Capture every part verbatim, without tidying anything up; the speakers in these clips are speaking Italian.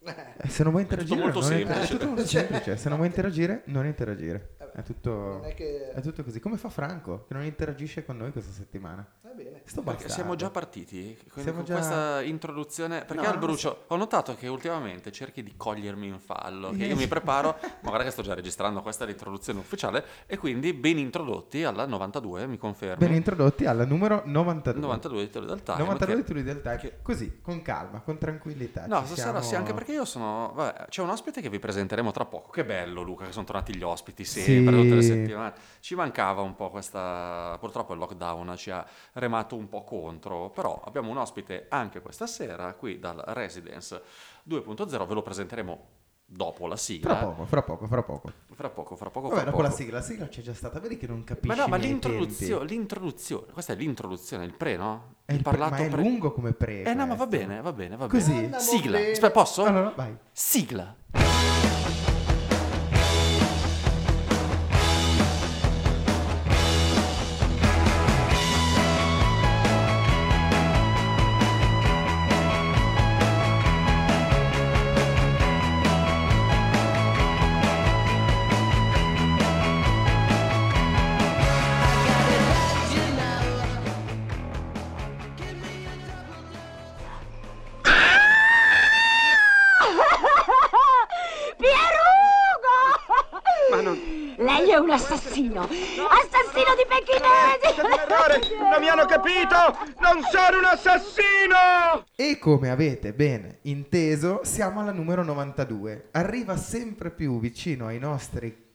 Eh, se non vuoi interagire, molto non semplice. È tutto molto semplice. Se non vuoi interagire, non interagire. Eh beh, È tutto, non è che- è tutto così. Come fa Franco, che non interagisce con noi questa settimana? Va bene. Sto Perché bastardo. siamo già partiti con, Siamo con già- questa introduzione. Perché No, al brucio ho notato che ultimamente cerchi di cogliermi in fallo. Che io Yes. mi preparo, ma guarda che sto già registrando, questa è l'introduzione ufficiale. E quindi ben introdotti alla novantadue, mi confermi? Ben introdotti alla numero novantadue. novantadue di Tele del Time. novantadue che- di Tuli del Time. che- Così, con calma, con tranquillità. No, Ci stasera siamo- sì, anche perché io sono. Vabbè, c'è un ospite che vi presenteremo tra poco. Che bello, Luca, che sono tornati gli ospiti sempre, Sì. tutte le settimane. Ci mancava un po' questa. Purtroppo il lockdown ci ha remato un po' contro. Però abbiamo un ospite anche questa sera qui dal Residence due punto zero. Ve lo presenteremo dopo la sigla. Fra poco, fra poco, fra poco. Fra poco, fra poco. Vabbè, fra dopo la poco. sigla. La sigla c'è già stata. Vedi che non capisci Ma no, ma i miei l'introduzione, tempi. l'introduzione, questa è l'introduzione, il pre, no? È il pre- ma è pre- lungo come pre. Eh no, ma va questo. bene, va bene, va Così? bene. Andiamo Sigla. bene. Aspetta, posso? Allora, vai. Sigla. Pierugo! Ma non... Lei è un assassino! Assassino di pechinesi! È un errore! Non mi hanno capito! Non sono un assassino! E come avete ben inteso, siamo alla numero novantadue. Arriva sempre più vicino ai nostri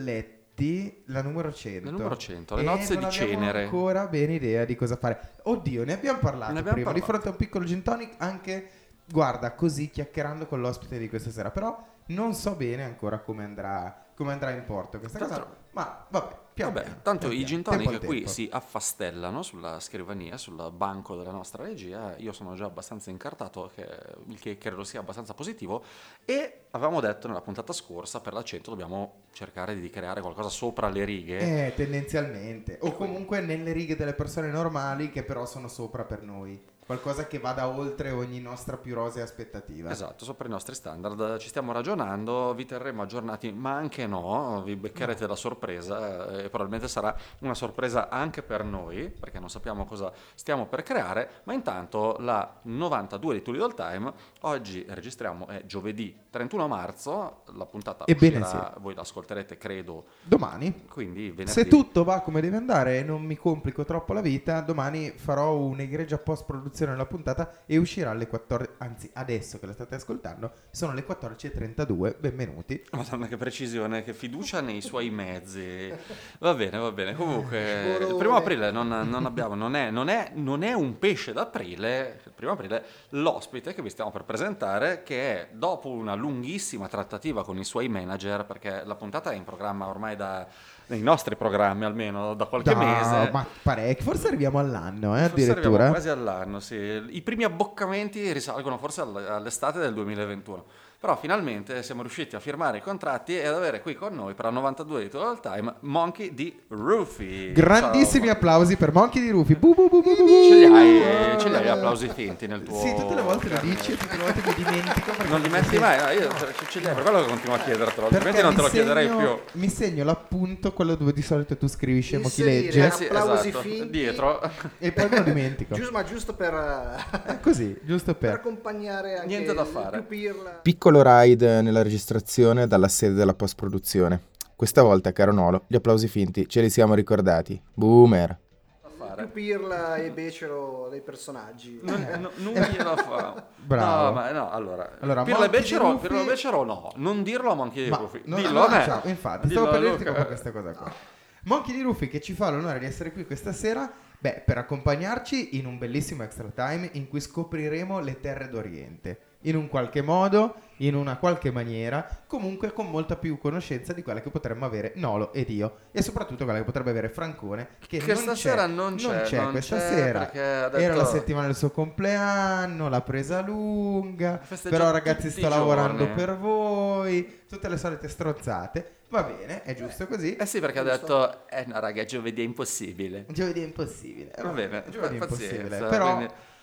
colletti la numero cento. La numero cento, le E nozze non di abbiamo cenere. ancora bene idea di cosa fare. Oddio, ne abbiamo parlato Ne abbiamo prima, di parlato. fronte a un piccolo gin tonic, anche, guarda, così chiacchierando con l'ospite di questa sera. Però non so bene ancora come andrà, come andrà in porto questa Tra cosa. l'altro- Ma vabbè, piano Vabbè, piano, tanto piano i gin piano, tempo tonic al qui tempo. si affastellano sulla scrivania, sul banco della nostra regia. Io sono già abbastanza incartato, che, il che credo sia abbastanza positivo. E avevamo detto nella puntata scorsa, per l'accento dobbiamo cercare di creare qualcosa sopra le righe. Eh, tendenzialmente. O comunque nelle righe delle persone normali che però sono sopra per noi. Qualcosa che vada oltre ogni nostra più rosea aspettativa. Esatto, sopra i nostri standard ci stiamo ragionando, vi terremo aggiornati, ma anche no, vi beccherete la sorpresa e probabilmente sarà una sorpresa anche per noi, perché non sappiamo cosa stiamo per creare, ma intanto la novantadue di Tully All Time, oggi registriamo, è giovedì trentuno marzo, la puntata Ebbene uscirà, voi l'ascolterete credo, Domani, quindi venerdì. se tutto va come deve andare e non mi complico troppo la vita, domani farò un'egregia post-produzione della puntata e uscirà alle quattordici, anzi adesso che la state ascoltando, sono le quattordici e trentadue, benvenuti. Madonna, che precisione, che fiducia nei suoi mezzi. Va bene, va bene. Comunque, il Sborone. primo aprile non, non abbiamo, non è, non, è, non è un pesce d'aprile. Il primo aprile, l'ospite che vi stiamo per presentare, che è dopo una lunghissima trattativa con i suoi manager, perché la puntata è in programma ormai da. Nei nostri programmi almeno da qualche Da- mese. Ma parecchio, forse arriviamo all'anno, eh, Forse arriviamo addirittura. quasi all'anno, sì. I primi abboccamenti risalgono forse all- all'estate del duemilaventuno. Però finalmente siamo riusciti a firmare i contratti e ad avere qui con noi per la novantadue di Total Time Monkey D. Rufy. Grandissimi Ciao. applausi per Monkey di Rufy. Bu, bu, bu, bu, bu, bu. Ce li hai, ce li hai applausi finti nel tuo... Sì, tutte le volte lo dici e tutte le volte mi dimentico. perché Non li metti sì. mai? No, io ce ce li hai, per quello che continuo a chiedertelo, Perché altrimenti non te mi lo chiederei segno- più. Mi segno l'appunto, quello dove di solito tu scrivi scemo chi Inserire. legge, Eh sì, Applausi esatto, finti. dietro. e poi me lo dimentico. Giusto, ma giusto per, eh, È così, giusto per per... accompagnare anche Niente da il fare. più pirla. Piccolo ride nella registrazione dalla sede della post-produzione. Questa volta, caro Nolo, gli applausi finti ce li siamo ricordati. Boomer. Da Il fare. più pirla e becero dei personaggi. Non, no, non gliela fa. Bravo. No, ma no, allora. Allora, Pirla e Monkey Becero, D. Rufy- Pirla e Becero no, non dirlo a Monkey D. Ma Rufy. non- Dillo no, a me. ciao, infatti, Dillo stavo per a dirti Luca. proprio questa cosa qua. Monkey di Rufy che ci fa l'onore di essere qui questa sera, beh, per accompagnarci in un bellissimo extra time in cui scopriremo le terre d'Oriente. In un qualche modo, in una qualche maniera, comunque con molta più conoscenza di quella che potremmo avere Nolo ed io, e soprattutto quella che potrebbe avere Francone, che, Che non stasera c'è, non c'è, non questa c'è, sera. perché ha detto- Era la settimana del suo compleanno, l'ha presa lunga, Festeggia però ragazzi tutti sto i lavorando giorni. per voi, tutte le solite strozzate. Va bene, è giusto così. Eh sì, perché ha detto, eh no raga, giovedì è impossibile. Giovedì è impossibile. Eh, Va bene, giovedì è pazienza, impossibile. Però quindi-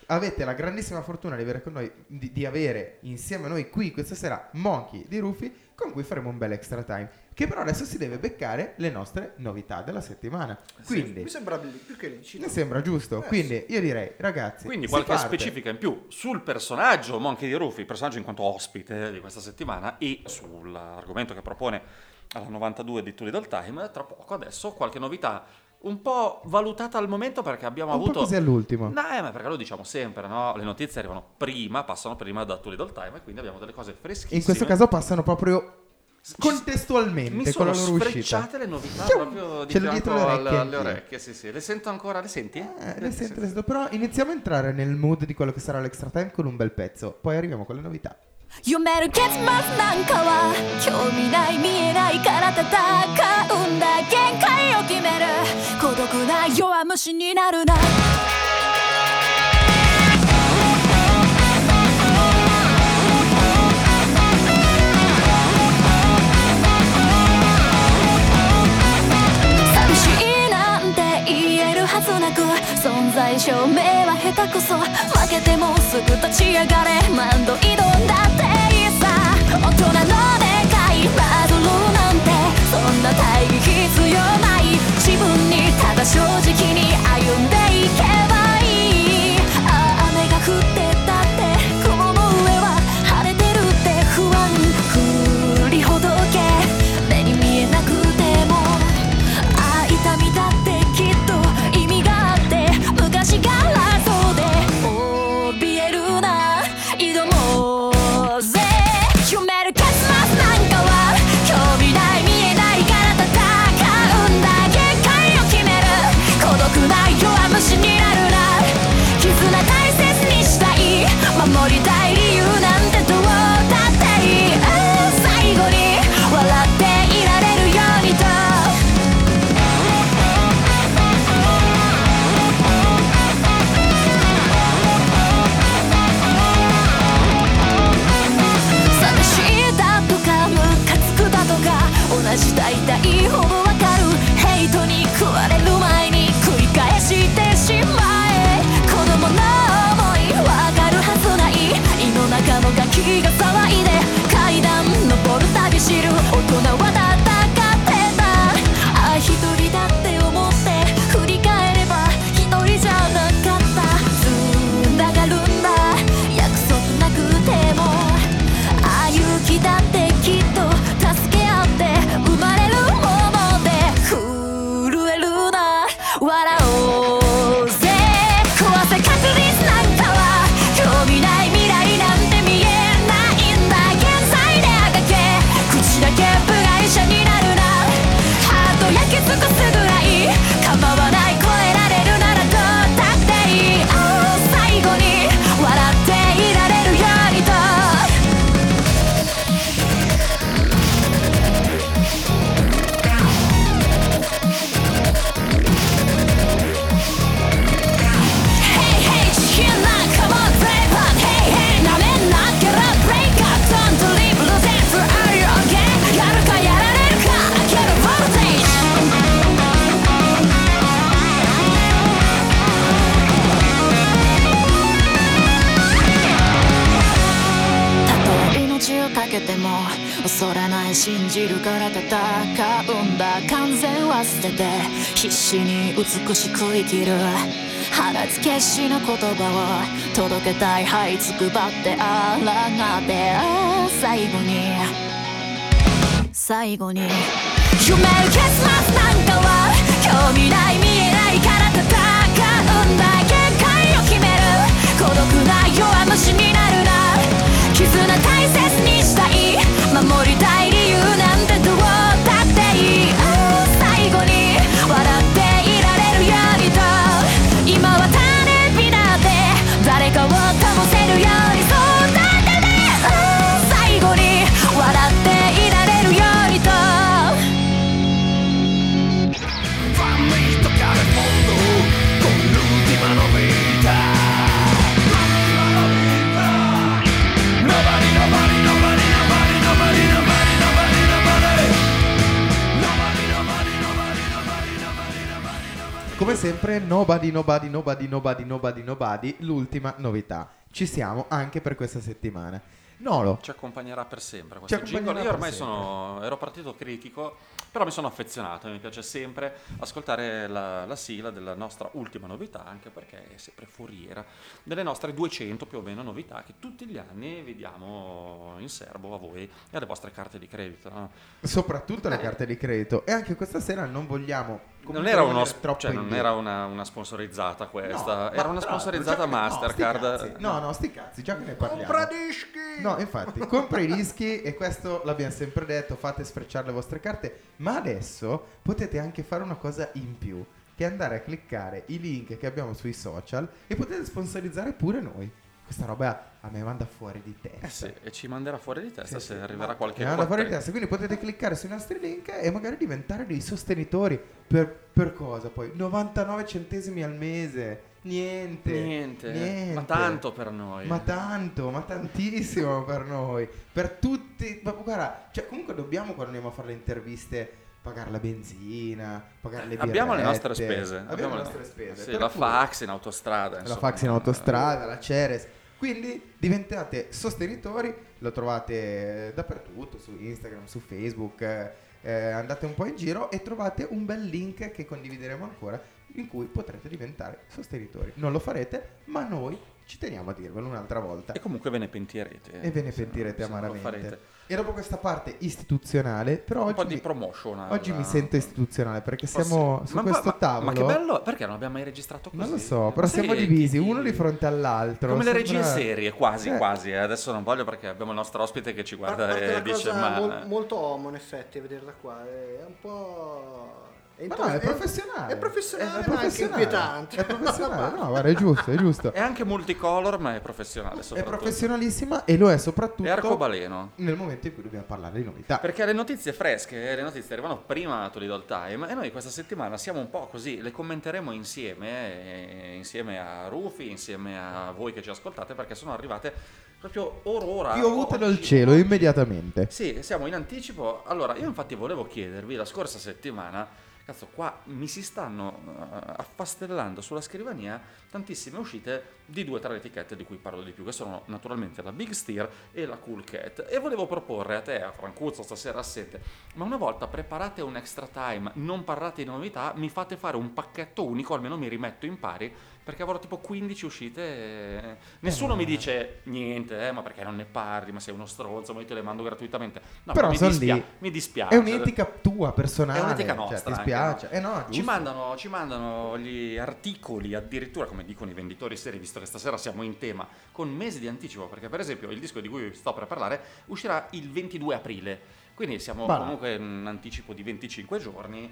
avete la grandissima fortuna di avere con noi di, di avere insieme a noi qui questa sera Monkey di Rufy, con cui faremo un bel extra time, che però adesso si deve beccare le nostre novità della settimana. Quindi Mi sembra più che lecito. mi sembra giusto. Eh, Quindi io direi, ragazzi, Quindi si qualche parte. specifica in più sul personaggio Monkey di Rufy, il personaggio in quanto ospite di questa settimana, e sull'argomento che propone alla novantadue di Too Little Time. Tra poco adesso qualche novità un po' valutata al momento, perché abbiamo Un po' avuto... così all'ultimo. No, eh, ma perché lo diciamo sempre, no? Le notizie arrivano prima, passano prima da Too Little Time, e quindi abbiamo delle cose freschissime. In questo caso passano proprio contestualmente mi con sono la loro uscita. sfrecciate le novità Ciao. proprio di Ce le fianco dietro le alle, orecchie alle anch'io. orecchie, sì, sì. Le sento ancora, le senti? Eh, le sento, le sento. Però iniziamo a entrare nel mood di quello che sarà l'extra time con un bel pezzo. Poi arriviamo con le novità. 読める結末なんかは興味ない見えないから戦うんだ限界を決める孤独な弱虫になるな寂しいなんて言えるはずなく存在証明は下手こそ負けてもすぐ立ち上がれ何度挑んだっていいさ大人の願いバトルなんてそんな大義必要ない自分にただ正直に歩んでいけばいいああ雨が降ってたって雲の上は晴れてるって不安振りほどけ目に見えなくてもああ痛みだってきっと意味があって昔からそうで怯えるな挑もうぜ読める結末なんかは興味ない見えないから戦うんだ限界を決める孤独な弱虫になるな絆大切にしたい守りたい理由なんてどうだっていい最後に笑っていられるようにと寂しいだとかムカつくだとか同じ大体ほどわかるヘイトに食われる前に繰り返してしまえ子供の想いわかるはずない胃の中のガキが騒いで階段登るたび知る大人は戦ってたああ一人だって思って振り返れば一人じゃなかった繋がるんだ約束なくてもああ勇気だってきっと助け合って生まれるもので震えるな笑おうぜ壊せ確率なんかは興味ない未来なんて見えないんだ現在であがけ口だけ部外者になるなハート焼き尽くすぐらい構わない超えられるならどうだっていい最後に笑っていられるようにとHey hey chill out come on brave up Hey hey なめんな get up break up don't leave lose it for are you okay やるかやられるか開ける voltage たとえ命をかけても恐れない信じるから戦うんだ完全忘れて必死に美しく生きる腹つけしの言葉を届けたい這いつくばってあらがってああ最後に最後に夢る結末なんかは興味ない見えないから戦うんだ限界を決める孤独な弱虫になるな絆大切にしたい守りたい理由なんてどうだっていい最後に笑っていられるようにと今は種火だって誰かを灯せるようにそうだってね最後に笑っていられるようにとNobody, nobody, nobody, nobody, nobody, nobody come sempre, nobody, nobody, nobody, nobody, nobody, nobody, l'ultima novità. Ci siamo anche per questa settimana. Nolo. Ci accompagnerà per sempre questo Ci accompagnerà jingle. Io ormai per sono, ero partito critico, però mi sono affezionato e mi piace sempre ascoltare la, la sigla della nostra ultima novità, anche perché è sempre foriera delle nostre duecento più o meno novità che tutti gli anni vi diamo in serbo a voi e alle vostre carte di credito, no? Soprattutto le carte di credito. E anche questa sera non vogliamo... Non era, uno, troppo cioè, non indietro. era una, una sponsorizzata questa, No, era ma- una no, sponsorizzata già che- Mastercard. No, sti cazzi, no, no, sti cazzi, già che ne parliamo. Compra dischi! No, infatti, compra i rischi e questo l'abbiamo sempre detto, fate sfrecciare le vostre carte, ma adesso potete anche fare una cosa in più, che è andare a cliccare i link che abbiamo sui social e potete sponsorizzare pure noi. Questa roba a me manda fuori di testa. Eh sì, e ci manderà fuori di testa Sì, se sì. arriverà qualche Mi manda fuori di quattro- testa, quindi potete cliccare sui nostri link e magari diventare dei sostenitori. Per, per cosa poi? novantanove centesimi al mese. Niente. Niente, Niente. ma tanto per noi. Ma tanto, ma tantissimo per noi. Per tutti. Ma guarda, cioè comunque dobbiamo quando andiamo a fare le interviste pagare la benzina, pagare le birrette. Abbiamo le nostre spese. Abbiamo le nostre spese. Sì, per la cui- fax in autostrada. la insomma. fax in autostrada, la Ceres. Quindi diventate sostenitori, lo trovate dappertutto, su Instagram, su Facebook, eh, andate un po' in giro e trovate un bel link che condivideremo ancora in cui potrete diventare sostenitori. Non lo farete, ma noi ci teniamo a dirvelo un'altra volta. E comunque ve ne pentirete. E ve ne se- pentirete se non lo amaramente. farete. E dopo questa parte istituzionale, però Un po' oggi, di mi, promotion. oggi alla- mi sento istituzionale perché Oh, siamo sì. su Ma- questo ma, tavolo. Ma che bello, perché non abbiamo mai registrato così? Non lo so, Ma però sai siamo che- divisi, che- uno di fronte all'altro. Come le regie sembra- serie, quasi, Eh. quasi. eh. Adesso non voglio perché abbiamo il nostro ospite che ci guarda Parte e una dice: cosa Ma mol- molto homo in effetti a vedere da qua, è un po'... È, Ma no, è intro- professionale. È professionale, È ma anche professionale. inquietante. È professionale, no, guarda, è giusto, è giusto. è anche multicolor, ma è professionale. È Soprattutto. professionalissima e lo è soprattutto È arcobaleno. nel momento in cui dobbiamo parlare di novità. Perché le notizie fresche, le notizie arrivano prima to Lidl Time e noi questa settimana siamo un po' così, le commenteremo insieme, eh, insieme a Rufi, insieme a voi che ci ascoltate, perché sono arrivate proprio or ora. Piovute oggi. dal cielo immediatamente. Sì, siamo in anticipo. Allora, io infatti volevo chiedervi la scorsa settimana, cazzo, qua mi si stanno uh, affastellando sulla scrivania tantissime uscite di due o tre etichette di cui parlo di più, che sono naturalmente la Big Steer e la Cool Cat. E volevo proporre a te, a Francuzzo, stasera assente, ma una volta preparate un extra time, non parlate di novità, mi fate fare un pacchetto unico, almeno mi rimetto in pari, perché avrò tipo quindici uscite e nessuno Eh. mi dice niente, eh, ma perché non ne parli, ma sei uno stronzo, ma io te le mando gratuitamente. No, Però mi, son dispia- lì. mi dispiace. È un'etica tua, personale. È un'etica cioè, nostra ti anche, spiace. no? Eh no, Ci giusto. mandano, ci mandano gli articoli addirittura, come dicono i venditori seri, visto che stasera siamo in tema, con mesi di anticipo, perché per esempio il disco di cui sto per parlare uscirà il ventidue aprile, quindi siamo Va là. comunque in un anticipo di venticinque giorni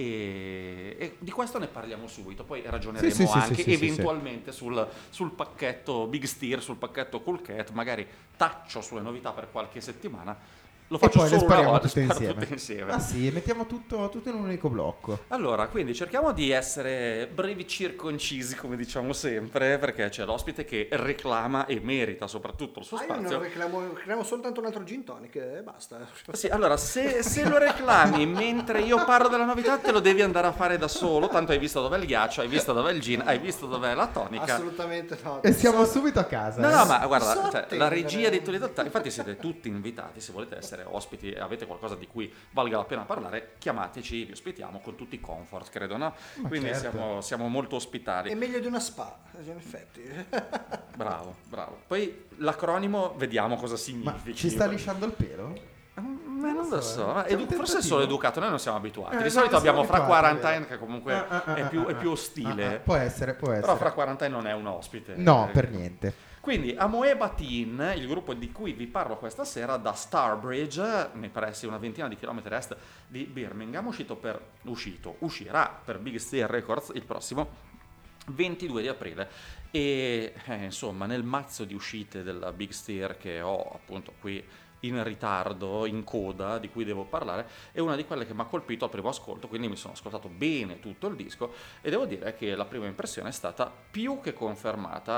e, e di questo ne parliamo subito, poi ragioneremo Sì, sì, sì, anche sì, sì, sì, eventualmente sul, sul pacchetto Big Steer, sul pacchetto Cool Cat, magari taccio sulle novità per qualche settimana. Lo E faccio poi le solo una spariamo volta, tutte sparo insieme. tutte insieme. Ah sì, mettiamo tutto, tutto in un unico blocco. Allora, quindi cerchiamo di essere brevi circoncisi, come diciamo sempre, perché c'è l'ospite che reclama e merita soprattutto il suo Ah, io spazio. non reclamo, reclamo soltanto un altro gin tonic e basta. Sì, allora, se, se lo reclami mentre io parlo della novità, te lo devi andare a fare da solo, tanto hai visto dov'è il ghiaccio, hai visto dov'è il gin, hai visto dov'è la tonica. Assolutamente no. E siamo subito a casa. No, eh. no, ma guarda, So cioè, te, la regia eh. di Toledo Time, infatti siete tutti invitati, se volete essere ospiti e avete qualcosa di cui valga la pena parlare, chiamateci, vi ospitiamo con tutti i comfort, credo, no? Ma Quindi certo. siamo, siamo molto ospitali. È meglio di una spa, in effetti. Bravo, bravo. Poi l'acronimo vediamo cosa Ma significa. ci sta lisciando il pelo? Ma non lo so, ma C'è un edu- forse è tentativo. solo educato, noi non siamo abituati. Eh, Di no, solito non siamo abbiamo fra abituati, quarantenne vero. che comunque Ah, ah, ah, è più, ah, è più ah, ostile. ah, ah, può essere, può essere. Però fra quarantenne non è un ospite. No, Eh, per niente. Quindi Amoeba Teen, il gruppo di cui vi parlo questa sera, da Starbridge, nei pressi una ventina di chilometri a est di Birmingham, uscito per, uscito, uscirà per Big Steer Records il prossimo ventidue di aprile. E eh, insomma, nel mazzo di uscite della Big Steer che ho appunto qui in ritardo, in coda, di cui devo parlare, è una di quelle che mi ha colpito al primo ascolto, quindi mi sono ascoltato bene tutto il disco e devo dire che la prima impressione è stata più che confermata.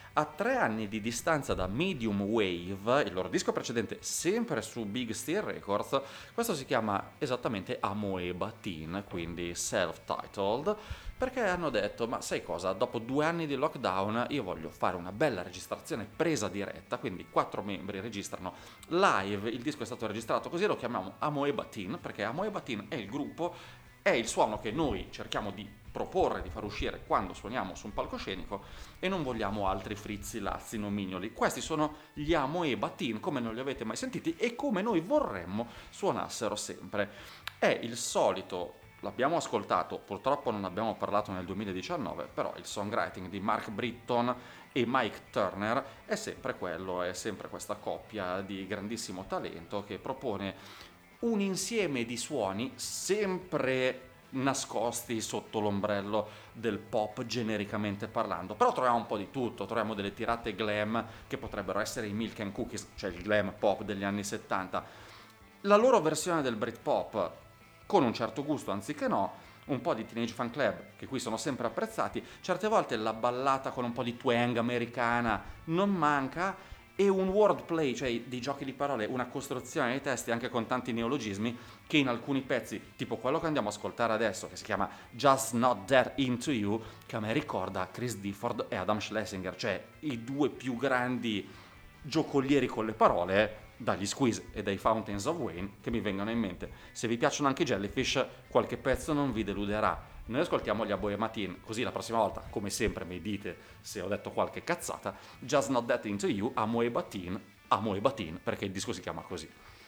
A tre anni di distanza da Medium Wave, il loro disco precedente sempre su Big Steel Records, questo si chiama esattamente Amoeba Teen, quindi self-titled, perché hanno detto, ma sai cosa, dopo due anni di lockdown io voglio fare una bella registrazione presa diretta, quindi quattro membri registrano live, il disco è stato registrato così, lo chiamiamo Amoeba Teen, perché Amoeba Teen è il gruppo, è il suono che noi cerchiamo di proporre, di far uscire quando suoniamo su un palcoscenico, e non vogliamo altri frizzi, lazzi, nomignoli. Questi sono gli Amoeba Teen come non li avete mai sentiti e come noi vorremmo suonassero sempre. È il solito, l'abbiamo ascoltato, purtroppo non abbiamo parlato nel duemiladiciannove, però il songwriting di Mark Britton e Mike Turner è sempre quello, è sempre questa coppia di grandissimo talento che propone un insieme di suoni sempre nascosti sotto l'ombrello del pop genericamente parlando, però troviamo un po' di tutto, troviamo delle tirate glam che potrebbero essere i Milk and Cookies, cioè il glam pop degli anni settanta, la loro versione del Britpop con un certo gusto anziché no, un po' di Teenage Fan Club che qui sono sempre apprezzati, certe volte la ballata con un po' di twang americana non manca, e un wordplay, cioè dei giochi di parole, una costruzione dei testi anche con tanti neologismi che in alcuni pezzi, tipo quello che andiamo a ascoltare adesso, che si chiama Just Not That Into You, che a me ricorda Chris Difford e Adam Schlesinger, cioè i due più grandi giocolieri con le parole dagli Squeeze e dai Fountains of Wayne che mi vengono in mente. Se vi piacciono anche i Jellyfish, qualche pezzo non vi deluderà. Noi ascoltiamo gli Amoeba Teen, così la prossima volta, come sempre, mi dite se ho detto qualche cazzata. Just Not That Into You, Amoeba Teen, Amoeba Teen, perché il disco si chiama così.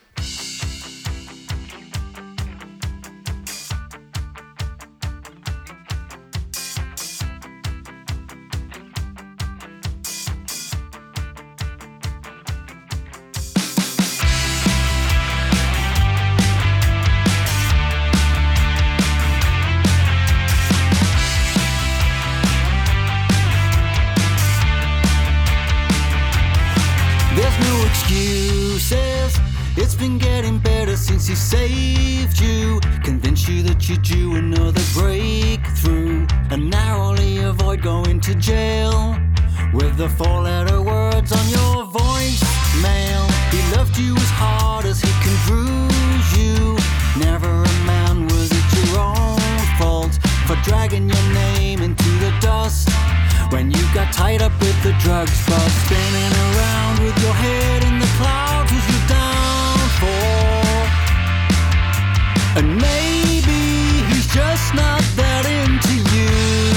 It's been getting better since he saved you, convinced you that you're due another breakthrough, and narrowly avoid going to jail with the four-letter words on your voicemail. He loved you as hard as he can bruise you. Never a man was it your own fault for dragging your name into the dust when you got tied up with the drugs. But spinning around with your head in the clouds was your downfall. And maybe he's just not that into you.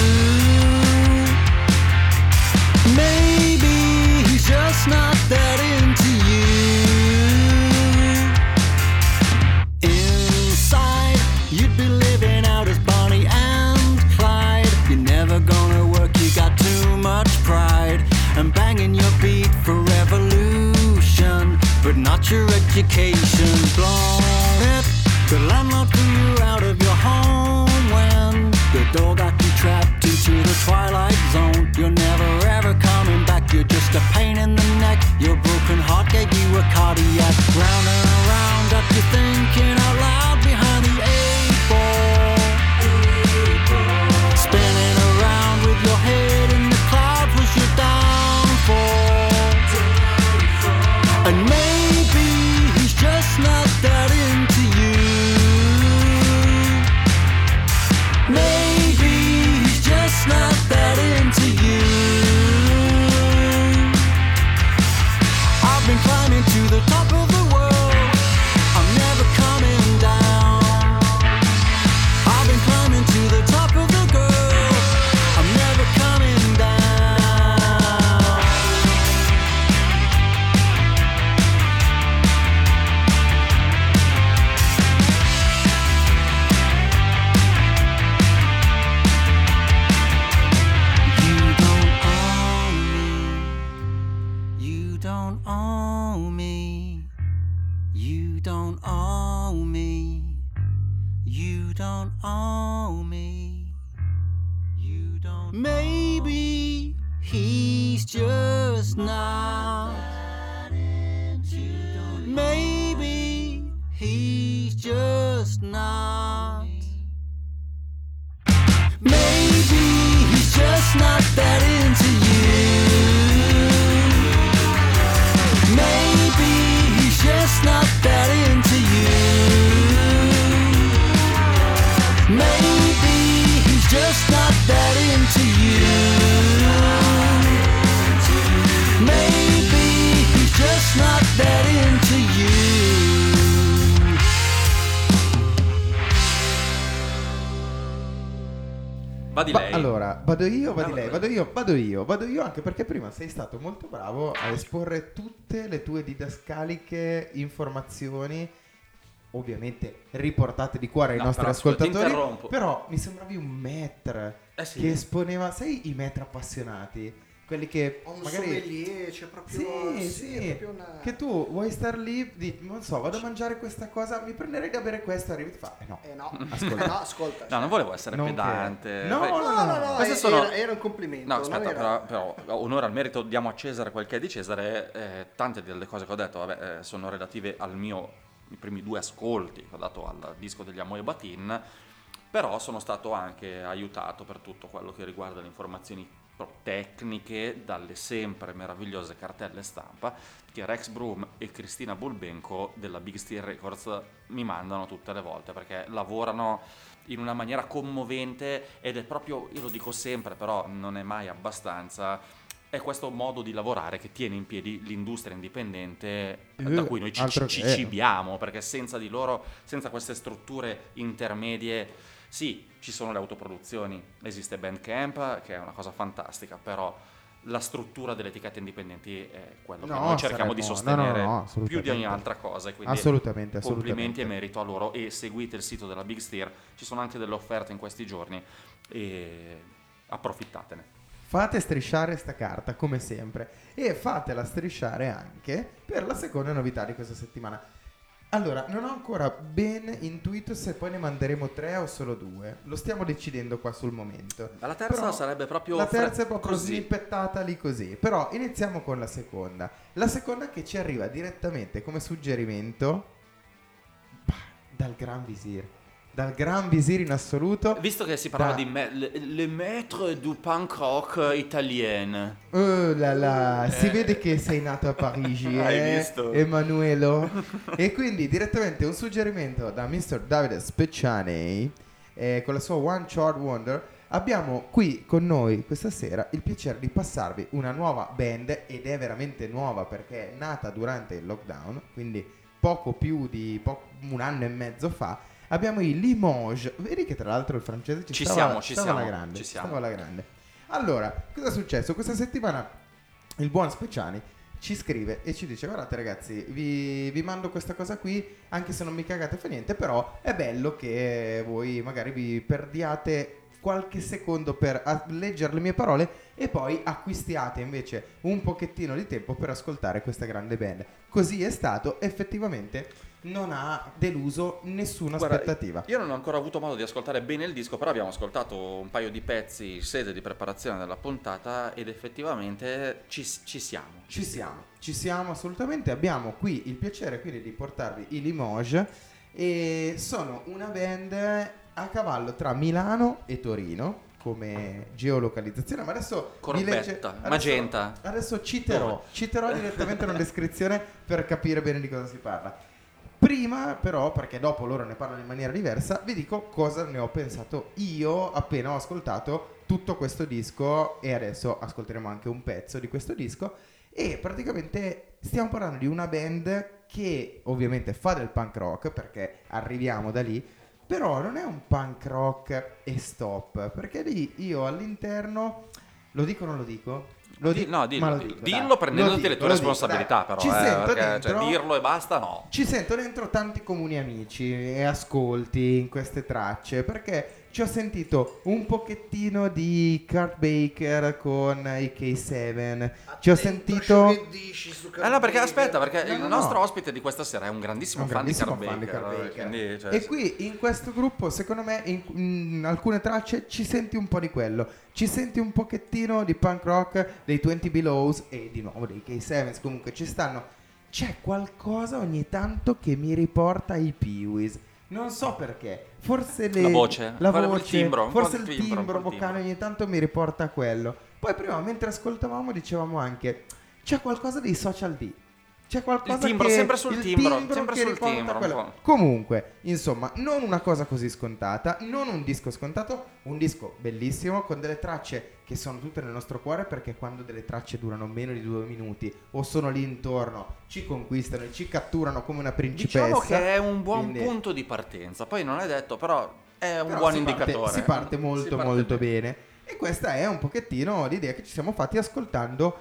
Maybe he's just not that into you. Inside, you'd be living out as Bonnie and Clyde. You're never gonna work, you got too much pride, and banging your beat for revolution, but not your education. Blown it, the landlord threw you out of your home when the door got you trapped into the twilight zone. You're never ever coming back, you're just a pain in the neck. Your broken heart gave you a cardiac. Round and around got you thinking out loud behind the eight ball. Spinning around with your head in the clouds was your downfall. And maybe he's just not that into you. Maybe he's just not that into you. I've been climbing to the top of the world, Va di Va- lei. allora, vado io, va Ah, di lei, vabbè. vado io, vado io, vado io anche perché prima sei stato molto bravo a esporre tutte le tue didascaliche informazioni, ovviamente riportate di cuore ai No, nostri però, scusa, ti ascoltatori, interrompo. però mi sembravi un maître Eh sì. che esponeva, sai i maître appassionati? Quelli che Un magari... sommelier, c'è proprio... Sì, sì, sì, è proprio una... che tu vuoi star lì, di, non so, vado a mangiare questa cosa, mi prenderei da bere questo, arrivi e ti fa, eh no, Eh no, Ascolta. no, ascolta. No, non volevo essere Non pedante. che- No, Poi- no, No, no, no, Queste era, sono- era un complimento. No, non aspetta, era- però, però onore al merito, diamo a Cesare quel che è di Cesare. Eh, tante delle cose che ho detto, vabbè, eh, sono relative al mio, i primi due ascolti che ho dato al disco degli Amoy Batin, però sono stato anche aiutato per tutto quello che riguarda le informazioni proprio tecniche dalle sempre meravigliose cartelle stampa che Rex Broom e Cristina Bulbenko della Big Steel Records mi mandano tutte le volte, perché lavorano in una maniera commovente ed è proprio, io lo dico sempre, però non è mai abbastanza, è questo modo di lavorare che tiene in piedi l'industria indipendente da Eh, cui noi ci, altro ci che- cibiamo, perché senza di loro, senza queste strutture intermedie, sì, ci sono le autoproduzioni, esiste Bandcamp che è una cosa fantastica, però la struttura delle etichette indipendenti è quello che No, noi cerchiamo saremmo- di no, no, sostenere no, più di ogni assolutamente. altra cosa, e quindi Assolutamente, complimenti assolutamente. e merito a loro, e seguite il sito della Big Steer, ci sono anche delle offerte in questi giorni e approfittatene. Fate strisciare sta carta come sempre e fatela strisciare anche per la seconda novità di questa settimana. Allora, non ho ancora ben intuito se poi ne manderemo tre o solo due. Lo stiamo decidendo qua sul momento. La terza Però sarebbe proprio La terza fre- è proprio così. snippettata lì così. Però iniziamo con la seconda. La seconda che ci arriva direttamente come suggerimento bah, dal Gran Visir. Dal Gran Visir in assoluto. Visto che si parlava Da- di me- le, le maître du punk rock italien. Oh là là, si Eh. vede che sei nato a Parigi, Hai eh, visto? Emanuelo. E quindi direttamente un suggerimento da mister Davide Speciani eh, con la sua One Short Wonder. Abbiamo qui con noi questa sera il piacere di passarvi una nuova band, ed è veramente nuova perché è nata durante il lockdown, quindi poco più di po- un anno e mezzo fa. Abbiamo i Limoges, vedi che tra l'altro il francese ci, Ci stava, siamo, ci stava siamo, alla grande, ci siamo. stava alla grande. Allora, cosa è successo? Questa settimana il buon Speciani ci scrive e ci dice: guardate ragazzi, vi, vi mando questa cosa qui, anche se non mi cagate fa niente, però è bello che voi magari vi perdiate qualche secondo per a- leggere le mie parole e poi acquistiate invece un pochettino di tempo per ascoltare questa grande band. Così è stato, effettivamente non ha deluso nessuna Guarda, aspettativa. Io non ho ancora avuto modo di ascoltare bene il disco, però abbiamo ascoltato un paio di pezzi in sede di preparazione della puntata ed effettivamente ci, ci siamo. Ci siamo, ci siamo assolutamente. Abbiamo qui il piacere quindi di portarvi i Limoges, e sono una band a cavallo tra Milano e Torino come geolocalizzazione, ma adesso vi Corbetta, legge- adesso- Magenta. Adesso citerò, Dove? citerò direttamente una descrizione per capire bene di cosa si parla. Prima però, perché dopo loro ne parlano in maniera diversa, vi dico cosa ne ho pensato io appena ho ascoltato tutto questo disco, e adesso ascolteremo anche un pezzo di questo disco. E praticamente stiamo parlando di una band che ovviamente fa del punk rock, perché arriviamo da lì, però non è un punk rock e stop, perché lì io all'interno, lo dico o non lo dico? Lo Di- di- no, dillo, ma lo dillo, dico, dillo dai. prendendoti Lo le dico, tue lo dico, responsabilità, dai. però. Ci eh, sento perché, dentro, cioè, dirlo e basta, no. ci sento dentro tanti comuni amici e ascolti in queste tracce, perché ci ho sentito un pochettino di Kurt Baker con i K sette, ci ho sentito Che dici su Eh no, perché Carl aspetta, Baker? perché No, il no, nostro no. ospite di questa sera è un grandissimo un fan grandissimo di fan di Carl Kurt Baker. Baker. quindi, cioè, E sì. qui in questo gruppo, secondo me, in, in alcune tracce ci senti un po' di quello. Ci senti un pochettino di punk rock dei venti Belows e di nuovo dei K sette. Comunque ci stanno. C'è qualcosa ogni tanto che mi riporta ai Pee-wees. Non so perché. Forse le, La voce, la fare quel voce, timbro, un po' forse di il timbro, un timbro po' di vocale timbro. ogni tanto mi riporta a quello. Poi prima mentre ascoltavamo dicevamo anche c'è qualcosa dei Social D. C'è qualcosa Il timbro, che sempre sul il timbro, sempre che sul riporta timbro, un quello. po'. Comunque, insomma, non una cosa così scontata, non un disco scontato, un disco bellissimo con delle tracce che sono tutte nel nostro cuore, perché quando delle tracce durano meno di due minuti o sono lì intorno ci conquistano e ci catturano come una principessa. Diciamo che è un buon Quindi- punto di partenza. Poi non è detto, però è È un Però buon si parte- indicatore. si parte molto Si parte molto bene. E questa è un pochettino l'idea che ci siamo fatti ascoltando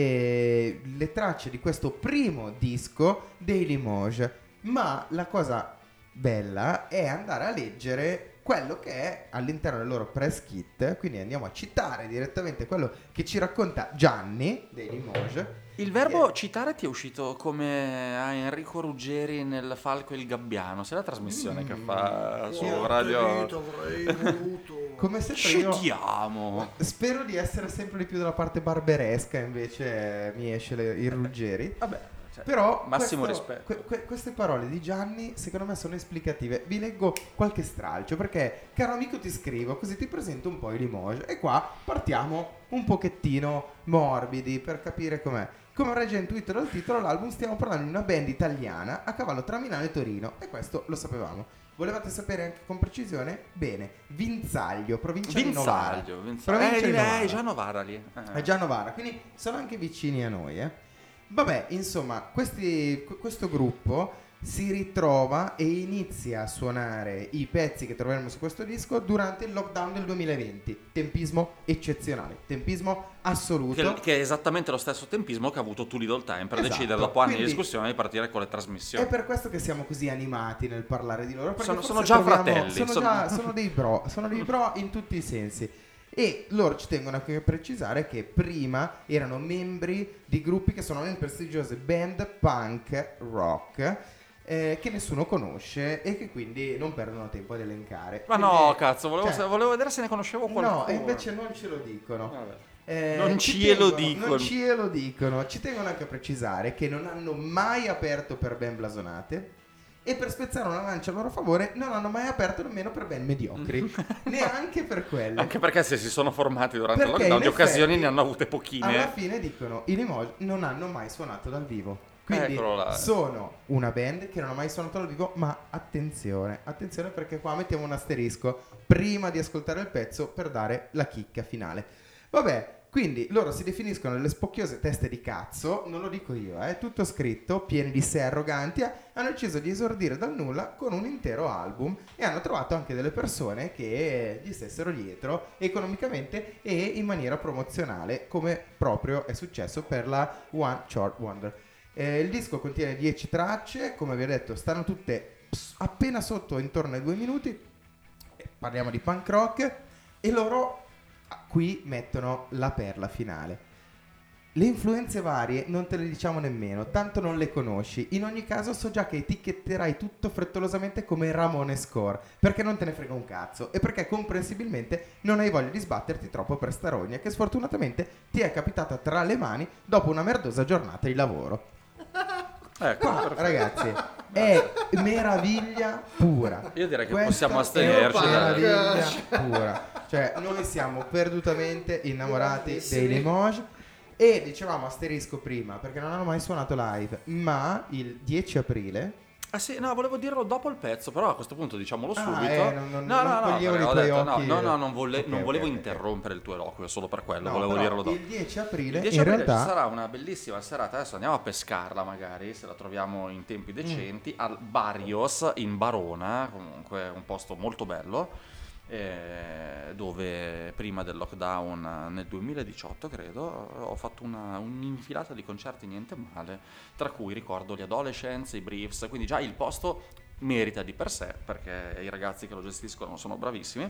le, le tracce di questo primo disco dei Limoges. Ma la cosa bella è andare a leggere quello che è all'interno del loro press kit. Quindi andiamo a citare direttamente quello che ci racconta Gianni dei Limoges. Il verbo citare ti è uscito come a Enrico Ruggeri nel Falco e il Gabbiano. Sei la trasmissione Mm. che fa su Ho radio. capito, avrei voluto. Come sempre io Citiamo. spero di essere sempre di più dalla parte barberesca, invece mi esce le- il Ruggeri. Vabbè, cioè, Però massimo questo- rispetto. que- que- queste parole di Gianni secondo me sono esplicative. Vi leggo qualche stralcio perché, caro amico, ti scrivo così ti presento un po' i Limoges e qua partiamo un pochettino morbidi per capire com'è. Come avrei già intuito dal titolo, l'album stiamo parlando di una band italiana a cavallo tra Milano e Torino, e questo lo sapevamo. Volevate sapere anche con precisione? Bene, Vinzaglio, provincia di Novara. Vinzaglio, Vinzaglio. Provincia Eh, di eh, Novara. è già Novara lì. Eh. È già Novara, quindi sono anche vicini a noi, eh. Vabbè, insomma, questi- qu- questo gruppo si ritrova e inizia a suonare i pezzi che troveremo su questo disco durante il lockdown del duemilaventi. Tempismo eccezionale, tempismo assoluto. Che, che è esattamente lo stesso tempismo che ha avuto tu Little Time per Esatto, decidere dopo anni quindi- di discussione di partire con le È trasmissioni. per questo che siamo così animati nel parlare di loro. Perché Sono- forse sono già troviamo- fratelli, Sono, sono- già, sono dei bro, sono dei bro in tutti i sensi. E loro ci tengono anche a precisare che prima erano membri di gruppi che sono le prestigiose band punk rock, eh, che nessuno conosce e che quindi non perdono tempo ad elencare. Ma Quindi- no, cazzo, volevo, cioè, volevo vedere se ne conoscevo qualcuno. no, e invece non ce lo dicono. Vabbè. Eh, Non ci ce lo tengono- dicono. Non ce lo dicono. Ci tengono anche a precisare che non hanno mai aperto per ben blasonate. E per spezzare una lancia a loro favore, non hanno mai aperto nemmeno per ben mediocri. Neanche per quelle. Anche perché se si sono formati durante Perché il lockdown in di occasioni effetti, ne hanno avute pochine. Alla fine dicono: i Limoges non hanno mai suonato dal vivo. Quindi Eccolo là. sono una band che non ha mai suonato dal vivo. Ma attenzione, attenzione, perché qua mettiamo un asterisco prima di ascoltare il pezzo per dare la chicca finale. Vabbè, quindi loro si definiscono delle spocchiose teste di cazzo, non lo dico io, è tutto scritto, pieni di sé arroganti. eh, Hanno deciso di esordire dal nulla con un intero album e hanno trovato anche delle persone che gli stessero dietro economicamente e in maniera promozionale, come proprio è successo per la One Short Wonder. Eh, il disco contiene dieci tracce, come vi ho detto stanno tutte ps- appena sotto, intorno ai due minuti. Eh, Parliamo di punk rock e loro ah, qui mettono la perla finale. Le influenze varie non te le diciamo nemmeno, tanto non le conosci. In ogni caso so già che etichetterai tutto frettolosamente come Ramone Score, perché non te ne frega un cazzo e perché comprensibilmente non hai voglia di sbatterti troppo per sta rogna che sfortunatamente ti è capitata tra le mani dopo una merdosa giornata di lavoro. Ecco, Qua, perfetto. ragazzi, è meraviglia pura. Io direi che Questa possiamo è astenerci da- meraviglia pura. Cioè, noi siamo perdutamente innamorati dei Limoges. E dicevamo asterisco prima perché non hanno mai suonato live, ma il dieci aprile. Ah sì, no, volevo dirlo dopo il pezzo, però a questo punto diciamolo Ah, subito. eh, non- non- no, non no, no, coglievo perché i ho tuoi detto, no, occhi. no, no, non, vole- Ok, non ok, volevo ok. interrompere il tuo eloquio, solo per quello, No, volevo però dirlo dopo. il dieci aprile Il dieci in aprile realtà ci sarà una bellissima serata, adesso andiamo a pescarla magari, se la troviamo in tempi decenti, al Barrios in Barona, comunque un posto molto bello, eh, dove prima del lockdown nel duemiladiciotto credo ho fatto una, un'infilata di concerti niente male, tra cui ricordo gli Adolescents, i Briefs, quindi già il posto merita di per sé perché i ragazzi che lo gestiscono sono bravissimi,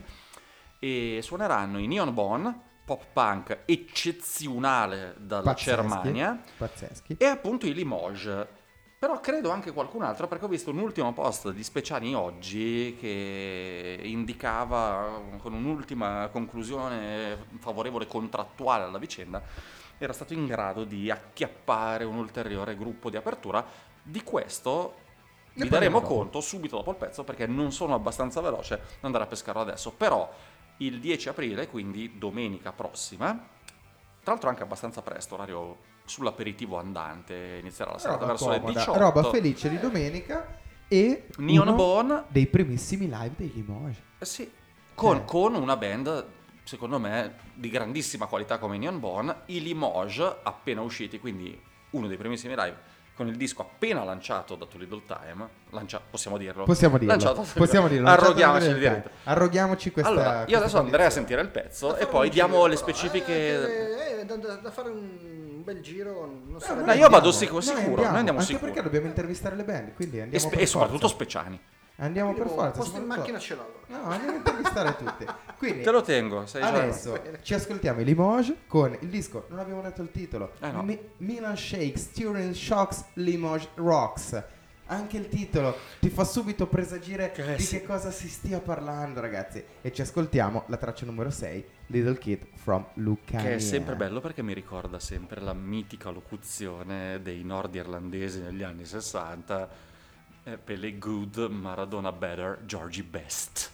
e suoneranno i Neon Bone, pop punk eccezionale dalla pazzeschi, Germania, pazzeschi. e appunto i Limoges. Però credo anche qualcun altro, perché ho visto un ultimo post di Speciani oggi che indicava con un'ultima conclusione favorevole contrattuale alla vicenda, era stato in grado di acchiappare un ulteriore gruppo di apertura. Di questo Ne vi daremo parliamo conto subito dopo il pezzo, perché non sono abbastanza veloce da andare a pescarlo adesso. Però il dieci aprile, quindi domenica prossima, tra l'altro anche abbastanza presto, orario sull'aperitivo andante, inizierà la serata Roba verso le comoda, diciotto. roba felice di domenica e Neon uno Bone, dei primissimi live dei Limoges. eh sì, con, Eh. con una band secondo me di grandissima qualità come Neon Bone, i Limoges appena usciti, quindi uno dei primissimi live con il disco appena lanciato da Too Little Time, lancia- possiamo dirlo? Possiamo dirlo, Lanciato- possiamo dirlo. Arroghiamoci il Lanciato diritto. Arroghiamoci questa. Allora, io questa adesso andrei a condizione. sentire il pezzo Da e fare poi un diamo giro, le però, specifiche. eh, eh, da, da- da fare un bel giro non No, sarebbe No, noi io vado andiamo, sicuro, noi sicuro, andiamo, noi andiamo anche sicuro. perché dobbiamo intervistare le band, quindi E, andiamo spe- per e soprattutto forza. speciali. Andiamo per Quindi, forza. posto in soprattutto- macchina ce l'ho allora. No, andiamo a intervistare tutti. Quindi Te lo tengo, sei già- adesso ci ascoltiamo i Limoges con il disco, non abbiamo detto il titolo. Eh no. Mi- Milan Shakes, Turin Shocks, Limoges Rocks. Anche il titolo ti fa subito presagire Che di sì. che cosa si stia parlando, ragazzi. E ci ascoltiamo la traccia numero sei, Little Kid from Lucania. Che è sempre bello perché mi ricorda sempre la mitica locuzione dei nordirlandesi negli anni sessanta. eh, Pele good, Maradona better, Georgie best.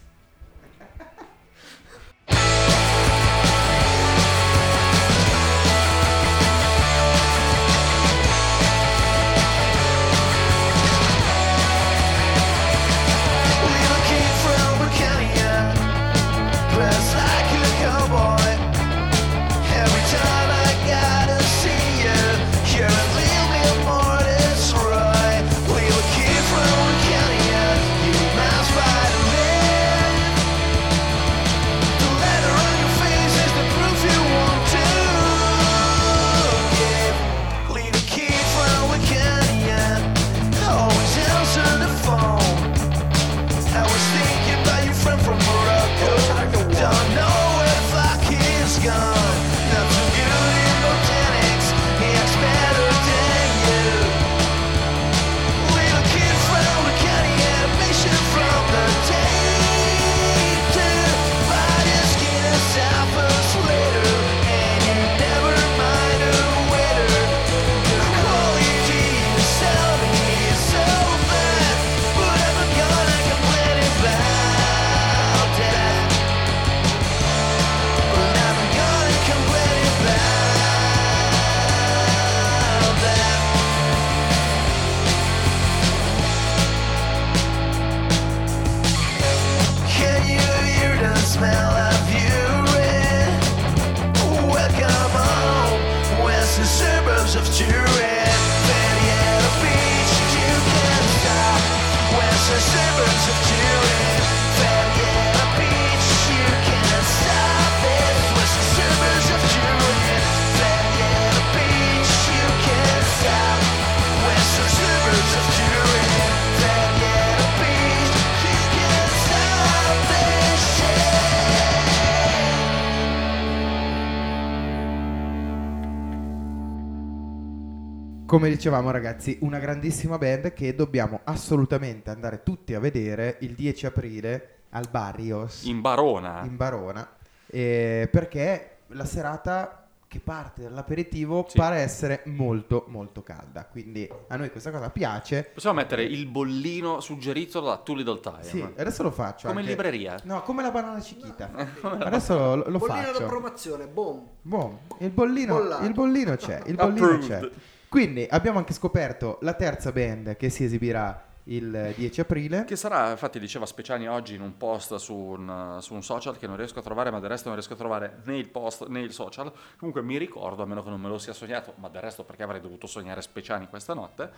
Come dicevamo, ragazzi, una grandissima band che dobbiamo assolutamente andare tutti a vedere il dieci aprile al Barrios In Barona. in Barona, eh, perché la serata che parte dall'aperitivo Sì. pare essere molto molto calda, quindi a noi questa cosa piace. Possiamo mettere il bollino suggerito da Too Little Time. Sì, adesso lo faccio Come anche- libreria. No, come la banana cichita. Adesso lo, lo Bollino faccio. da promozione, boom. Boh, il bollino, Bollato. il bollino c'è, il bollino Approved. c'è. Quindi abbiamo anche scoperto la terza band che si esibirà il dieci aprile. Che sarà, infatti diceva Speciani oggi in un post su un, su un social che non riesco a trovare, ma del resto non riesco a trovare né il post né il social. Comunque mi ricordo, a meno che non me lo sia sognato, ma del resto perché avrei dovuto sognare Speciani questa notte,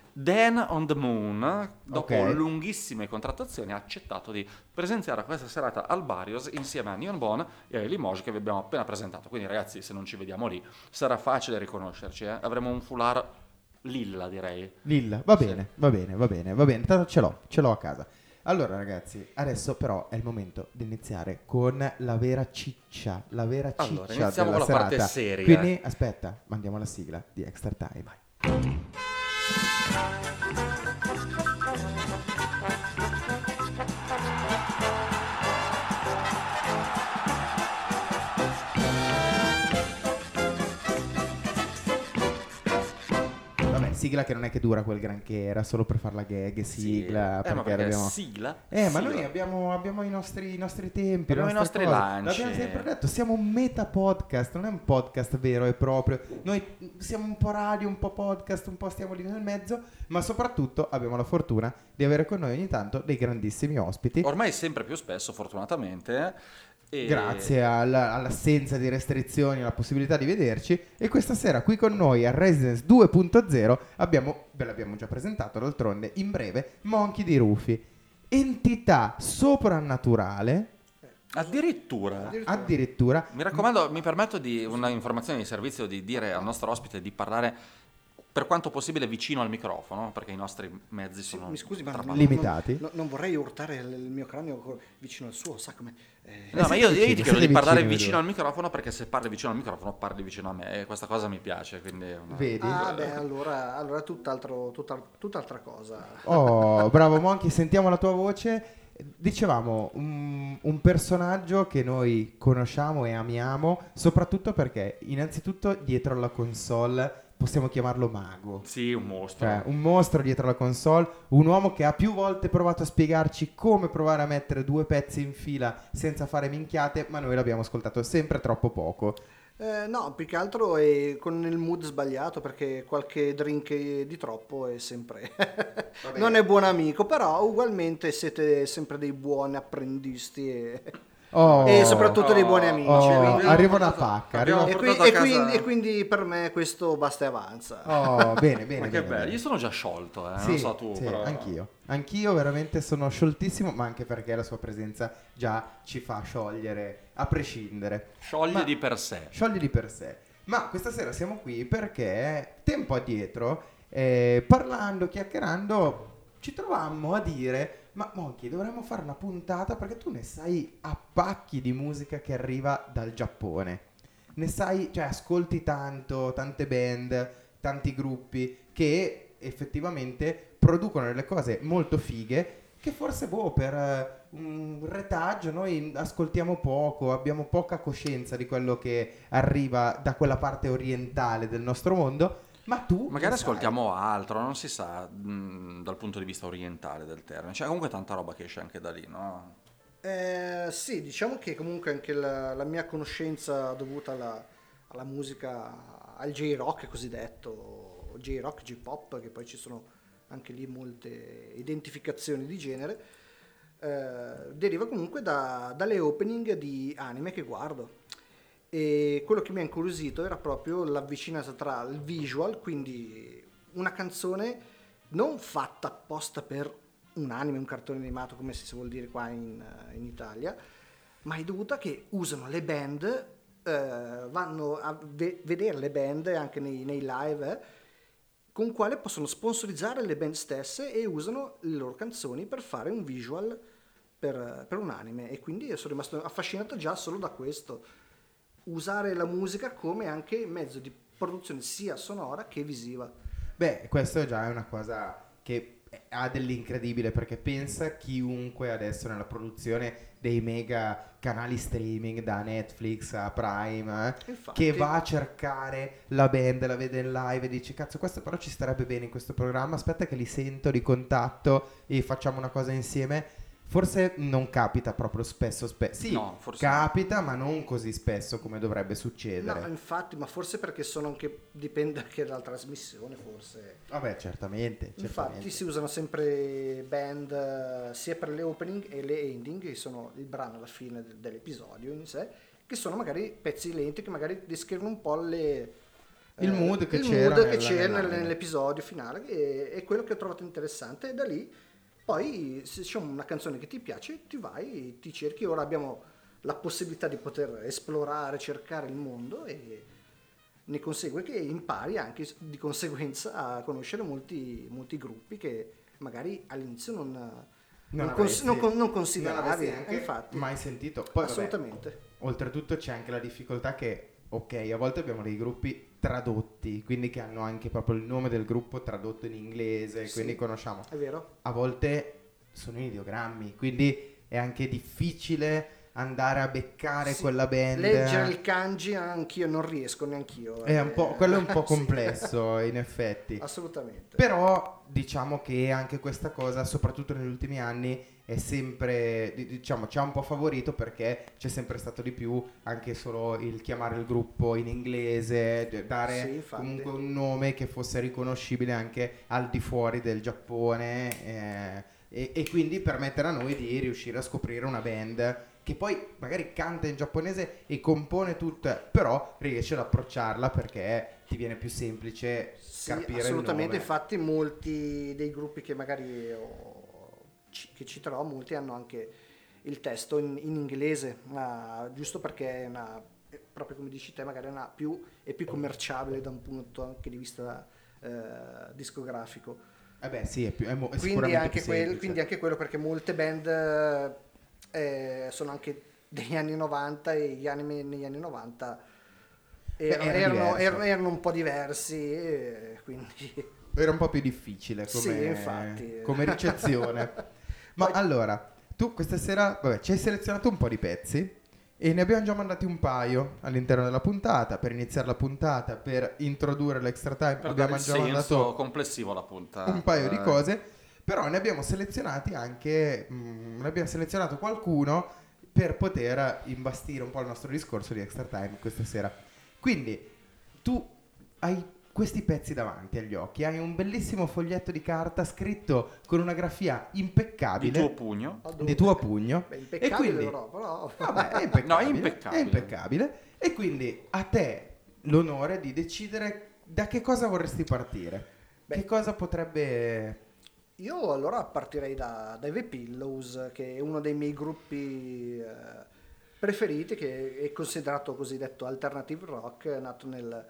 Dan on the Moon, dopo Ok. lunghissime contrattazioni, ha accettato di presenziare a questa serata al Barrios insieme a Neon Bone e ai Limoges che vi abbiamo appena presentato. Quindi ragazzi, se non ci vediamo lì, sarà facile riconoscerci. eh. Avremo un foulard lilla, direi. Lilla, va Sì. bene, va bene, va bene, va bene, tanto ce l'ho, ce l'ho a casa. Allora ragazzi, adesso però è il momento di iniziare con la vera ciccia, la vera ciccia Allora, iniziamo della con la parte serata. seria. Quindi aspetta, mandiamo la sigla di Extra Time. Vabbè, sigla che non è che dura quel granché, era solo per far la gag, sigla, Sì. Eh, perché, ma perché dobbiamo... sigla? Eh, ma Sigla. noi abbiamo, abbiamo i, nostri, i nostri tempi, Abbiamo le i nostre nostri cose. lanci. L'abbiamo sempre detto, siamo un meta podcast, non è un podcast vero e proprio. Noi siamo un po' radio, un po' podcast, un po' stiamo lì nel mezzo, ma soprattutto abbiamo la fortuna di avere con noi ogni tanto dei grandissimi ospiti. Ormai sempre più spesso, fortunatamente, E... grazie alla- all'assenza di restrizioni, alla possibilità di vederci. E questa sera qui con noi a Residence due punto zero abbiamo, ve l'abbiamo già presentato d'altronde, in breve, Monkey D. Rufy, entità soprannaturale. Addirittura. Addirittura. Mi raccomando, mi permetto di una informazione di servizio di dire al nostro ospite di parlare per quanto possibile vicino al microfono, perché i nostri mezzi sono Mi scusi, ma tra- non, limitati. non- non vorrei urtare il il mio cranio co- vicino al suo, sa come... eh, No, ma io, io vicini, ti chiedo siete di parlare vicini, vicino vedo. al microfono, perché se parli vicino al microfono parli vicino a me e questa cosa mi piace, quindi è una- Vedi? Ah, beh, allora, allora tutt'altro, tutta- tutt'altra cosa. Oh, bravo Monkey, sentiamo la tua voce. Dicevamo, un, un personaggio che noi conosciamo e amiamo, soprattutto perché innanzitutto dietro alla console possiamo chiamarlo mago. Sì, un mostro. Cioè, un mostro dietro la console, un uomo che ha più volte provato a spiegarci come provare a mettere due pezzi in fila senza fare minchiate, ma noi l'abbiamo ascoltato sempre troppo poco. Eh, no, più che altro è con il mood sbagliato, perché qualche drink di troppo è sempre... non è buon amico, però ugualmente siete sempre dei buoni apprendisti e, Oh, e soprattutto dei buoni amici. oh, quindi- arriva una pacca. abbiamo arriva- E, qui- portato a e casa- quindi, e quindi per me questo basta e avanza. Oh, bene, bene. Ma che bene, bello, bene. io sono già sciolto, eh, Sì, non so tu, sì, però... anch'io. Anch'io veramente sono scioltissimo, ma anche perché la sua presenza già ci fa sciogliere, a prescindere. Scioglie Ma- di per sé. Sciogli di per sé. Ma questa sera siamo qui perché tempo addietro, eh, parlando, chiacchierando, ci trovammo a dire: ma Monkey, dovremmo fare una puntata perché tu ne sai a pacchi di musica che arriva dal Giappone. Ne sai, cioè ascolti tanto, tante band, tanti gruppi che effettivamente producono delle cose molto fighe che forse, boh, per eh, un retaggio noi ascoltiamo poco, abbiamo poca coscienza di quello che arriva da quella parte orientale del nostro mondo, ma tu... Magari lo sai. ascoltiamo altro, non si sa mh, dal punto di vista orientale del termine. C'è comunque tanta roba che esce anche da lì, no? Eh, sì, diciamo che comunque anche la, la mia conoscenza dovuta alla, alla musica, al J-rock cosiddetto, J-rock, J-pop, che poi ci sono anche lì molte identificazioni di genere, eh, deriva comunque da- dalle opening di anime che guardo. E quello che mi ha incuriosito era proprio la vicinanza tra il visual, quindi una canzone non fatta apposta per un anime, un cartone animato, come si vuol dire qua in, in Italia, ma è dovuta che usano le band, eh, vanno a ve- vedere le band anche nei, nei live, eh, con quale possono sponsorizzare le band stesse e usano le loro canzoni per fare un visual per, per un anime. E quindi io sono rimasto affascinato già solo da questo, usare la musica come anche mezzo di produzione sia sonora che visiva. Beh, questo già è una cosa che ha dell'incredibile, perché pensa chiunque adesso nella produzione dei mega canali streaming da Netflix a Prime, eh, Infatti. che va a cercare la band, la vede in live e dice: cazzo, questo però ci starebbe bene in questo programma, aspetta che li sento, li contatto e facciamo una cosa insieme. Forse non capita proprio spesso, spe- sì, No, forse capita, ma non così spesso come dovrebbe succedere. No, infatti, ma forse perché sono anche, dipende anche dalla trasmissione, forse. Vabbè, certamente, certamente. Infatti si usano sempre band eh, sia per le opening e le ending, che sono il brano alla fine del- dell'episodio in sé, che sono magari pezzi lenti che magari descrivono un po' le, Il mood che il c'era mood che nella- c'era nell'anime. nell'episodio finale, che è quello che ho trovato interessante. E da lì poi se c'è una canzone che ti piace ti vai, ti cerchi. Ora abbiamo la possibilità di poter esplorare, cercare il mondo, e ne consegue che impari anche di conseguenza a conoscere molti, molti gruppi che magari all'inizio non, non, cons- avresti- non con- non non consideravi. avresti neanche infatti, mai sentito. Poi, vabbè, assolutamente. oltretutto c'è anche la difficoltà che, ok, a volte abbiamo dei gruppi tradotti, quindi che hanno anche proprio il nome del gruppo tradotto in inglese, Sì. quindi conosciamo. È vero? A volte sono in ideogrammi, quindi è anche difficile andare a beccare Sì, quella band. Leggere il kanji anch'io non riesco, neanch'io. È un po', eh. quello è un po' Sì. complesso in effetti. Assolutamente. Però diciamo che anche questa cosa, soprattutto negli ultimi anni, è sempre, di- diciamo, ci ha un po' favorito, perché c'è sempre stato di più anche solo il chiamare il gruppo in inglese, d- dare Sì, infatti. comunque un nome che fosse riconoscibile anche al di fuori del Giappone, eh, e, e quindi permettere a noi di riuscire a scoprire una band che poi magari canta in giapponese e compone tutto, però riesce ad approcciarla perché ti viene più semplice Sì, capire assolutamente. il nome. Infatti molti dei gruppi che magari ho- ci- che citerò, molti hanno anche il testo in, in inglese, ma giusto perché è una, è proprio come dici te, magari è, una più, è più commerciabile da un punto anche di vista eh, discografico. Eh beh sì, è, più, è, mo- è Quindi sicuramente anche, più quel- semplice. quindi anche quello, perché molte band eh, sono anche degli anni novanta e gli anime negli anni novanta erano, era erano, diverso. erano- erano un po' diversi, e quindi Era un po' più difficile come, Sì, infatti. come ricezione. Ma Poi- allora, tu questa sera, vabbè, ci hai selezionato un po' di pezzi e ne abbiamo già mandati un paio all'interno della puntata, per iniziare la puntata, per introdurre l'extra time. Per abbiamo dare il già senso mandato complessivo alla puntata. un paio di eh. cose, però ne abbiamo selezionati anche, mh, ne abbiamo selezionato qualcuno per poter imbastire un po' il nostro discorso di extra time questa sera. Quindi tu hai questi pezzi davanti agli occhi, hai un bellissimo foglietto di carta scritto con una grafia Di impeccabile tuo pugno. di tuo pugno. Beh, E impeccabile quindi però, però. vabbè, è impeccabile, No, è impeccabile. è impeccabile. E quindi a te l'onore di decidere da che cosa vorresti partire. Beh. Che cosa potrebbe... Io allora partirei da, dai The Pillows, che è uno dei miei gruppi eh, preferiti, che è considerato cosiddetto alternative rock, è nato nel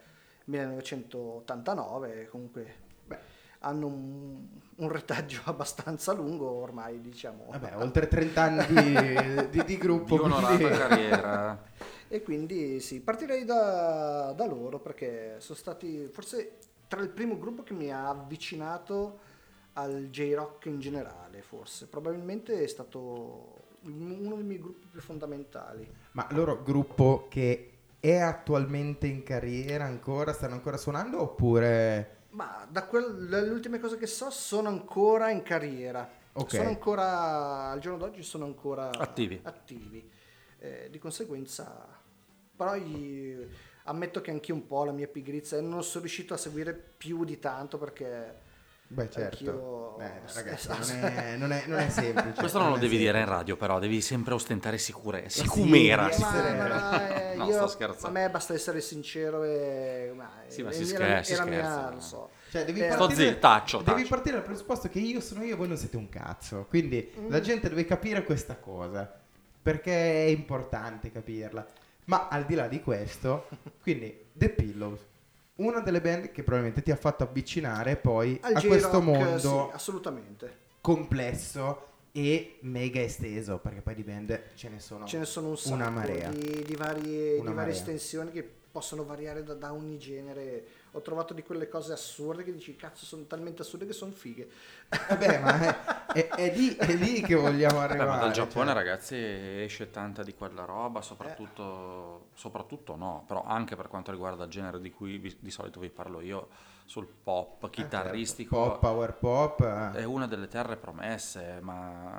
millenovecentottantanove. Comunque beh, hanno un, un retaggio abbastanza lungo ormai, diciamo. Vabbè, oltre trenta anni di, di- di gruppo. Di onorata quindi- carriera. E quindi sì, partirei da, da loro, perché sono stati forse tra il primo gruppo che mi ha avvicinato al J-Rock in generale, forse. Probabilmente è stato uno dei miei gruppi più fondamentali. Ma loro gruppo che è attualmente in carriera ancora, stanno ancora suonando oppure... Ma da quel- dalle ultime cose che so, sono ancora in carriera. Ok. Sono ancora, al giorno d'oggi sono ancora Attivi. attivi. Eh, di conseguenza, però gli- ammetto che anch'io un po' la mia pigrizia, non sono riuscito a seguire più di tanto, perché Beh certo, anch'io- Beh, ragazzi, Esatto. non è, non è- non è semplice. Questo non lo è devi dire in semplice. radio, però devi sempre ostentare sicurezza. Sì, Sicumera. sì, Ma, essere- ma, eh, No, io- sto scherzando. a me basta essere sincero e, ma, Sì, ma e- si e scher- la- si e la mia- scherza. lo so. Cioè, devi Eh, Sto partire, zitto, taccio, devi taccio. partire dal presupposto che io sono io e voi non siete un cazzo. Quindi la gente deve capire questa cosa, perché è importante capirla. Ma al di là di questo, quindi The Pillows, una delle band che probabilmente ti ha fatto avvicinare poi Al a J-Rock, questo sì, mondo assolutamente. complesso e mega esteso, perché poi di band ce ne sono, Ce ne sono un sacco una marea. di, di varie, Una di varie marea. estensioni che possono variare da, da ogni genere. Ho trovato di quelle cose assurde che dici, cazzo, sono talmente assurde che sono fighe. Vabbè, ma è, è- è lì, è lì che vogliamo Vabbè, arrivare. ma dal Giappone, cioè. ragazzi, esce tanta di quella roba, soprattutto, soprattutto no, però anche per quanto riguarda il genere di cui vi- di solito vi parlo io, sul pop chitarristico. Pop, power pop. eh. È una delle terre promesse, ma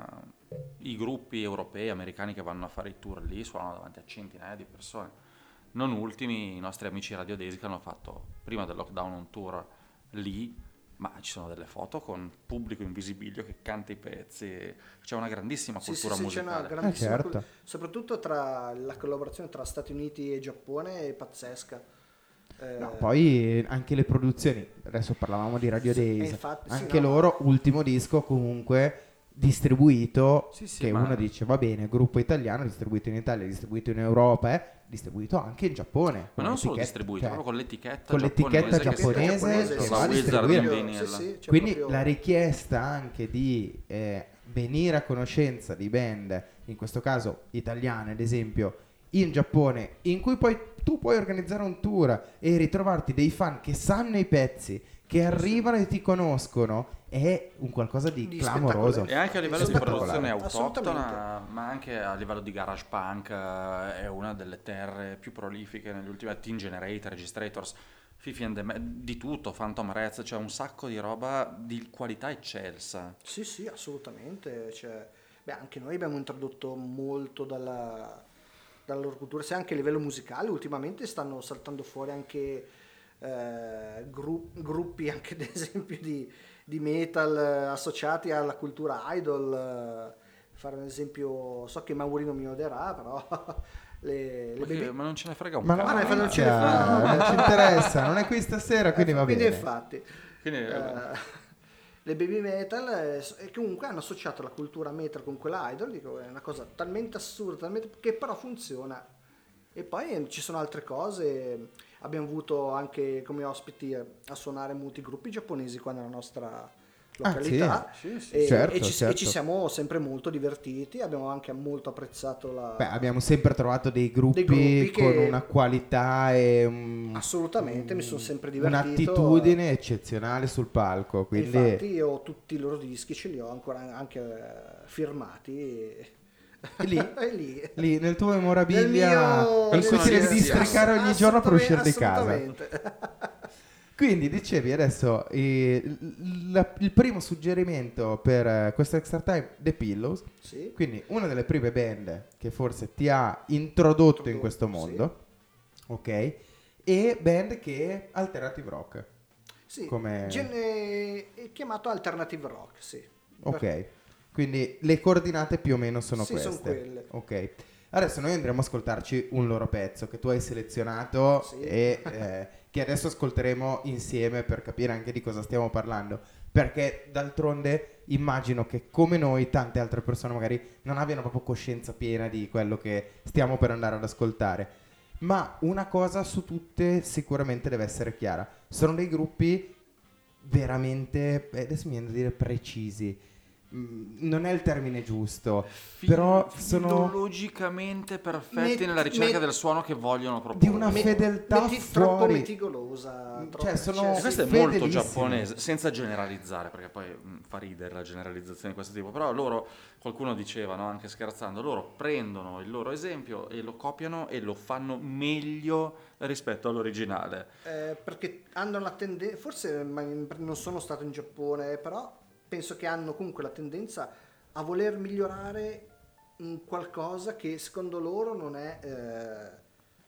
i gruppi europei, americani che vanno a fare i tour lì suonano davanti a centinaia di persone. Non ultimi i nostri amici Radio Daisy che hanno fatto prima del lockdown un tour lì, ma ci sono delle foto con pubblico in visibilio che canta i pezzi, c'è una grandissima Sì, sì, cultura sì, c'è una musicale. grandissima Eh, certo. cul- soprattutto tra la collaborazione tra Stati Uniti e Giappone è pazzesca. Eh, No, poi anche le produzioni, adesso parlavamo di Radio Sì, Days, e infatti, sì, anche no, loro, ultimo disco comunque distribuito, Sì, sì, che ma- uno dice va bene, gruppo italiano, distribuito in Italia, distribuito in Europa, eh, distribuito anche in Giappone. Ma con non solo l'etichetta- distribuito, cioè, proprio con l'etichetta con l'etichetta giapponese, che giapponese giapponese, che sì, va a la Wizard distribuire. in proprio- vinile. sì, sì, c'è Quindi proprio- la richiesta anche di eh, venire a conoscenza di band, in questo caso italiane ad esempio, in Giappone, in cui poi tu puoi organizzare un tour e ritrovarti dei fan che sanno i pezzi, che arrivano e ti conoscono, è un qualcosa di, Di clamoroso. spettacolare. E anche a livello di Spettacolare. produzione autoctona, Assolutamente. ma anche a livello di garage punk, eh, è una delle terre più prolifiche negli ultimi anni. Teen Generator, Registrators, Fifi and the Ma- di tutto, Phantom Reds, c'è un sacco di roba di qualità eccelsa. Sì, sì, assolutamente. Cioè, beh, anche noi abbiamo introdotto molto dalla, dalla loro cultura, sia anche a livello musicale. Ultimamente stanno saltando fuori anche eh, gru- gruppi, anche ad esempio di, di metal eh, associati alla cultura idol. eh, fare un esempio, so che Maurino mi odierà, però le, le ma, baby... che, ma non ce ne frega un Ma cazzo. no, Ah, non, non ci ce ne frega. non ci interessa, non è qui stasera, quindi va Quindi bene. infatti Quindi, eh, le baby metal eh, s- e comunque hanno associato la cultura metal con quella idol, dico, è una cosa talmente assurda, talmente, che però funziona. E poi eh, ci sono altre cose, abbiamo avuto anche come ospiti eh, a suonare molti gruppi giapponesi qua nella nostra località. Sì, sì, e, certo, e ci, certo. e ci siamo sempre molto divertiti, abbiamo anche molto apprezzato la... Beh, abbiamo sempre trovato dei gruppi, Dei gruppi che- con una qualità e un- Assolutamente, mi sono sempre divertito. un'attitudine eccezionale sul palco. E Quindi infatti io ho tutti i loro dischi, ce li ho ancora anche eh, firmati e... E lì? E lì. lì nel tuo memorabilia Nel mio- in cui nel ti mio- devi districare ogni Assolutamente- giorno per uscire di casa. assolutamente. Quindi dicevi adesso eh, l- la- il primo suggerimento per eh, questo extra time, The Pillows. Sì. Quindi una delle prime band che forse ti ha introdotto in questo mondo, ok? E band che è alternative rock, Sì, Come- gen- è è chiamato alternative rock, sì. ok? Quindi le coordinate più o meno sono Sì, queste. sono quelle. Ok. Adesso noi andremo a ascoltarci un loro pezzo che tu hai selezionato Sì. e eh, che adesso ascolteremo insieme per capire anche di cosa stiamo parlando. Perché d'altronde immagino che come noi tante altre persone magari non abbiano proprio coscienza piena di quello che stiamo per andare ad ascoltare. Ma una cosa su tutte sicuramente deve essere chiara. Sono dei gruppi veramente, eh, adesso mi viene da dire precisi. Mm, non è il termine giusto, però sono filologicamente perfetti Met- nella ricerca met- del suono che vogliono proporre. di una Me- fedeltà metti troppo fuori. meticolosa. Cioè, troppo- sono- E sì, questo è molto fedelissimi. giapponese, senza generalizzare, perché poi mh, fa ridere la generalizzazione di questo tipo, però loro, qualcuno diceva, no, anche scherzando, loro prendono il loro esempio e lo copiano e lo fanno meglio rispetto all'originale. eh, perché hanno la tendenza, forse ma in- non sono stato in Giappone, però penso che hanno comunque la tendenza a voler migliorare un qualcosa che secondo loro non è eh,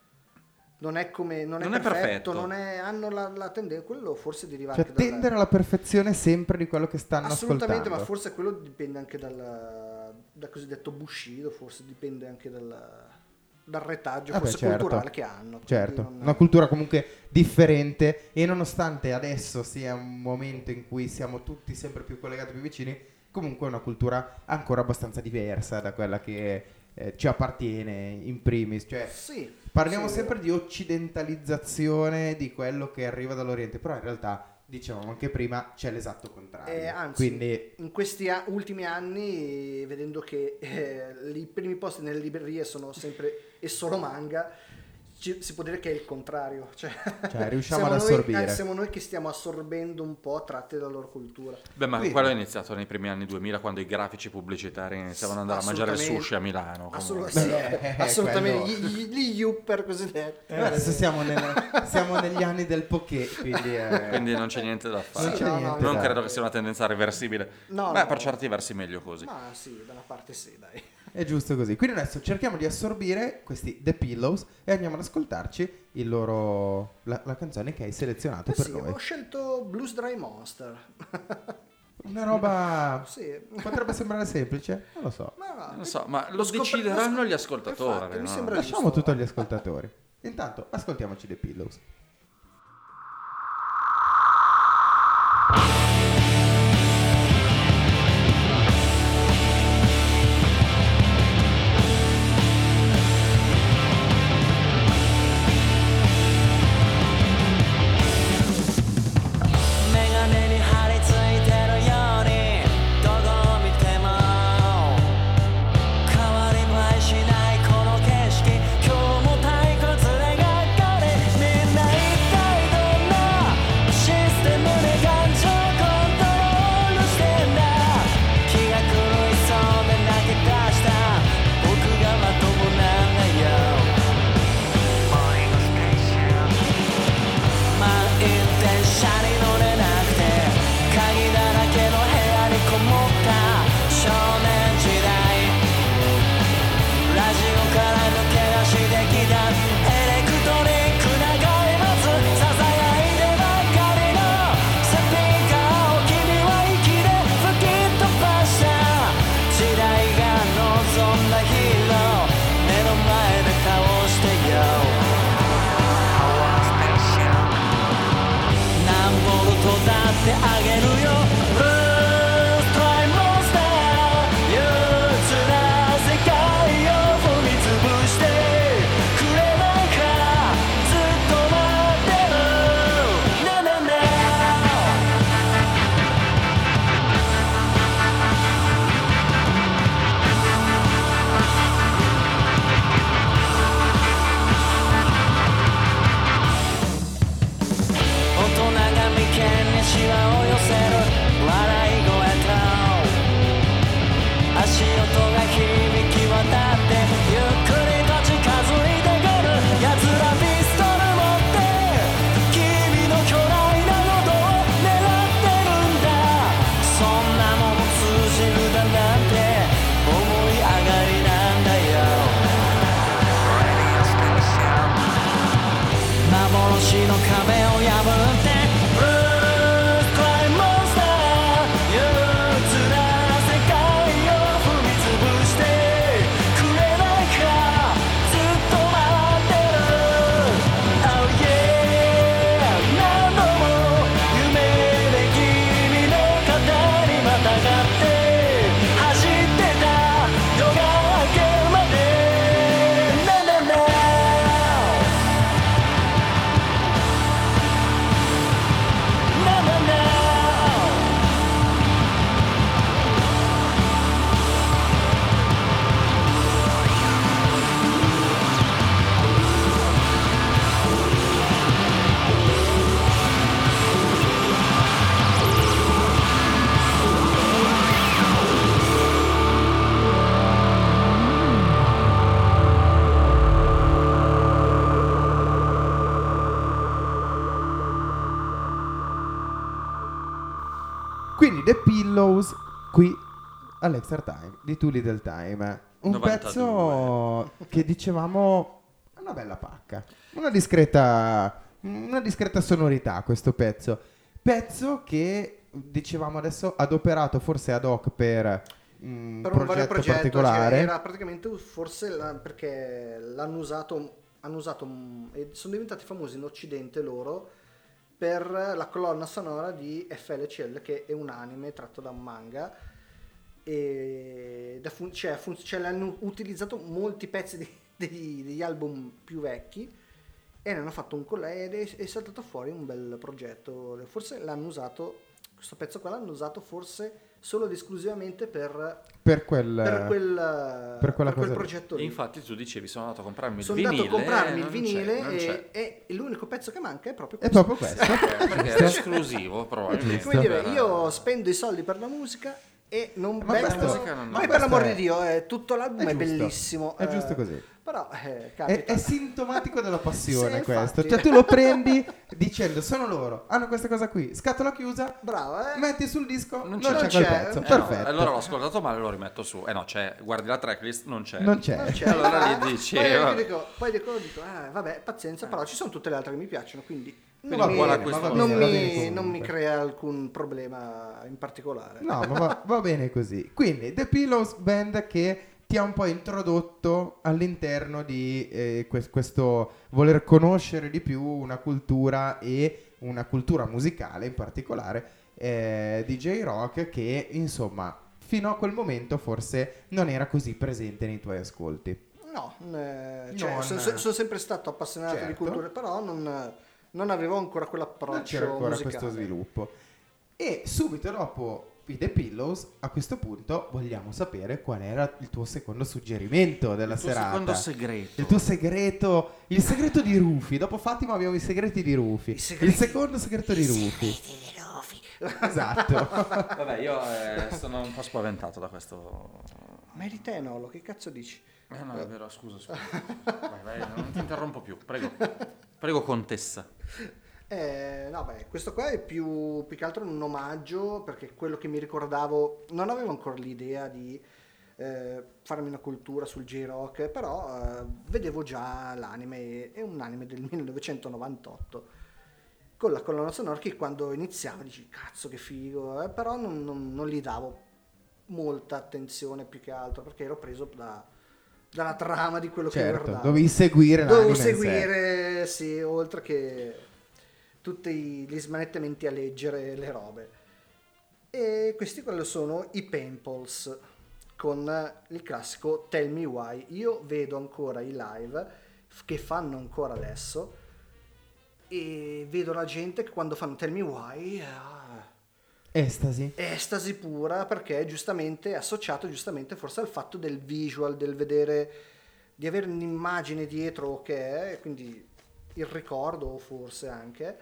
non è come non è, Non è perfetto, perfetto. non è, hanno la, la tendenza, quello forse deriva Cioè anche dal- tendere alla perfezione sempre di quello che stanno assolutamente, ascoltando. ma forse quello dipende anche dal, dal cosiddetto Bushido, forse dipende anche dal, dal retaggio Vabbè, forse certo. culturale che hanno. quindi Certo, non- una cultura comunque differente e nonostante adesso sia un momento in cui siamo tutti sempre più collegati, più vicini, comunque è una cultura ancora abbastanza diversa da quella che eh, ci appartiene in primis. Cioè, Sì, parliamo sì. sempre di occidentalizzazione di quello che arriva dall'Oriente, però in realtà, dicevamo anche prima, c'è l'esatto contrario. Eh, anzi, Quindi in questi a- ultimi anni, vedendo che eh, i primi posti nelle librerie sono sempre e solo manga, ci- si può dire che è il contrario. Cioè, Cioè, riusciamo siamo ad noi- assorbire. eh, siamo noi che stiamo assorbendo un po' tratte dalla loro cultura. Beh, ma Quindi- quello è iniziato nei primi anni duemila, quando i grafici pubblicitari iniziavano ad andare a mangiare il Assolutamente. sushi a Milano. Assolut- comunque. sì, Beh, assolutamente, quello- gli, gli, gli Yupper cosiddetti. eh, adesso siamo, nel- siamo negli anni del poké, quindi, eh, Quindi non c'è niente da fare. non c'è no, no, niente Non da- credo che sia una tendenza reversibile. No, Beh, no. per certi versi meglio così. Ma sì, da una parte sì, dai. È giusto così. Quindi adesso cerchiamo di assorbire questi The Pillows e andiamo ad ascoltarci il loro, la, la canzone che hai selezionato Eh per sì, noi. ho scelto Blues Dry Monster. Una roba Sì. potrebbe sembrare semplice, non lo so. Ma va, Non so, ma lo Lo scopre- decideranno lo scop- gli ascoltatori. Infatti, mi no? sembra Lasciamo giusto. tutto agli ascoltatori. Intanto ascoltiamoci The Pillows. しい音が響き渡ってゆっくりと近づいてくる奴らピストル持って君の巨大な喉を狙ってるんだそんなもの通じるだなんて思い上がりなんだよ幻の壁を破ってブルースクライモンスター憂鬱な世界を踏みつぶしてくれないかずっと待ってる Oh yeah 何度も夢で君の肩にまたがって走ってた夜が明けるまでなななななな Quindi The Pillows qui all'Extra Time di Too Little Time, un novantadue. pezzo che dicevamo è una bella pacca, una discreta una discreta sonorità questo pezzo pezzo che dicevamo adesso adoperato forse ad hoc per un Per un vario progetto progetto, particolare. cioè, era praticamente forse la- perché l'hanno usato, hanno usato mm, e sono diventati famosi in Occidente loro per la colonna sonora di F L C L, che è un anime tratto da un manga, e da fun- cioè, fun- cioè, l'hanno utilizzato molti pezzi di- degli, degli album più vecchi e ne hanno fatto un colletto ed è, è saltato fuori un bel progetto. Forse l'hanno usato, questo pezzo qua l'hanno usato forse solo ed esclusivamente per, per quel per quel, per quella per quel cosa lì. progetto E lì. infatti tu dicevi sono andato a comprarmi il Sono vinile. andato a comprarmi il non vinile c'è, non c'è. e, e l'unico pezzo che manca è proprio È questo. proprio questo. Perché è esclusivo probabilmente. Come dire, per- io spendo i soldi per la musica e non Ma beh, questo- no, musica non- ma ma per l'amor questo di Dio, eh, tutto l'album è, è giusto. bellissimo. È eh, giusto così. Però eh, È, capita. è sintomatico della passione Sì, questo. infatti. Cioè tu lo prendi dicendo sono loro, hanno questa cosa qui, scatola chiusa, Brava, eh? metti sul disco, non, Non c'è, c'è. quel Non c'è. pezzo. Eh, Eh no, Perfetto. allora l'ho ascoltato male, lo rimetto su. Eh no, c'è, guardi la tracklist, non c'è. Non c'è. Non c'è. Allora Ah, gli dici, Poi, vabbè. io dico, poi dico, dico ah, vabbè, pazienza, però ci sono tutte le altre che mi piacciono, quindi Va non, bene, mi, ma questo va non bene, va mi- bene comunque. non mi crea alcun problema in particolare. No, ma va, va bene così. Quindi The Pillows Band che ti ha un po' introdotto all'interno di eh, que- questo voler conoscere di più una cultura e una cultura musicale in particolare eh, di J-Rock che insomma fino a quel momento forse non era così presente nei tuoi ascolti. No, eh, cioè, Non- sono, sono sempre stato appassionato di Certo. culture, però non, non avevo ancora Non quell'approccio c'era ancora musicale. questo sviluppo. E subito dopo i The Pillows, a questo punto vogliamo sapere qual era il tuo secondo suggerimento della Il tuo serata. secondo segreto. Il tuo segreto, il segreto di Rufi. Dopo Fatima abbiamo i segreti di Rufi. I segreti- Il secondo segreto di Rufi. Esatto. Vabbè, io eh, sono un po' spaventato da questo. Meritenolo, che cazzo dici? Eh no, è vero, scusa, scusa. Vai, vai, non ti interrompo più, prego. Prego, contessa. Eh, no, beh, questo qua è più, più che altro un omaggio, perché quello che mi ricordavo, non avevo ancora l'idea di eh, farmi una cultura sul J-Rock, però eh, vedevo già l'anime, è un anime del millenovecentonovantotto, con la colonna sonora che quando iniziava dici cazzo che figo, eh, però non, non, non gli davo molta attenzione più che altro, perché ero preso da, dalla trama di quello che Certo, guardavo. dovevi seguire l'anime Dovevo in sé. seguire, sì, oltre che tutti gli smanettamenti a leggere le robe. E questi quello sono i Pimples con il classico Tell Me Why. Io vedo ancora i live che fanno ancora adesso e vedo la gente che quando fanno Tell Me Why ah, Estasi. estasi pura, perché giustamente è associato giustamente forse al fatto del visual, del vedere, di avere un'immagine dietro che è, quindi il ricordo forse anche.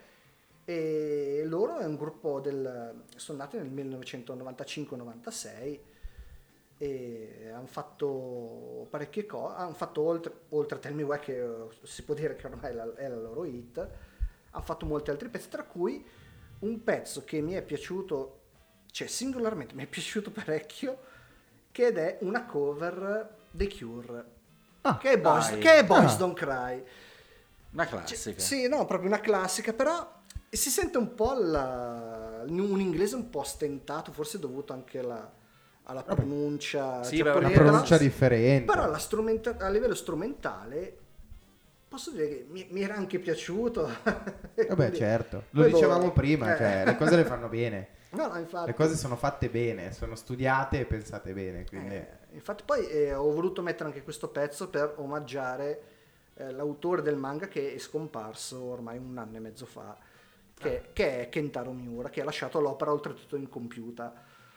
E loro è un gruppo del, sono nati nel millenovecentonovantacinque novantasei e hanno fatto parecchie cose, hanno fatto oltre, oltre a Tell Me Why, che eh, si può dire che ormai è la, è la loro hit, hanno fatto molti altri pezzi, tra cui un pezzo che mi è piaciuto, cioè singolarmente mi è piaciuto parecchio, che ed è una cover dei Cure, Ah, che è Boys, dai. che è Boys Ah. Don't Cry. Una Cioè, classica. sì, no, proprio una classica, però si sente un po' la- un inglese un po' stentato, forse dovuto anche alla, alla pronuncia Sì, beh, una Una giapponese, pronuncia però- differente. però la strumenta- a livello strumentale posso dire che mi, mi era anche piaciuto. Vabbè, Quindi- certo. Lo poi dicevamo boh, prima, eh. cioè, le cose le fanno bene. No, no, infatti. Le cose sono fatte bene, sono studiate e pensate bene, quindi... Eh, infatti poi eh, ho voluto mettere anche questo pezzo per omaggiare eh, l'autore del manga che è scomparso ormai un anno e mezzo fa, che, Ah. che è Kentaro Miura, che ha lasciato l'opera oltretutto incompiuta.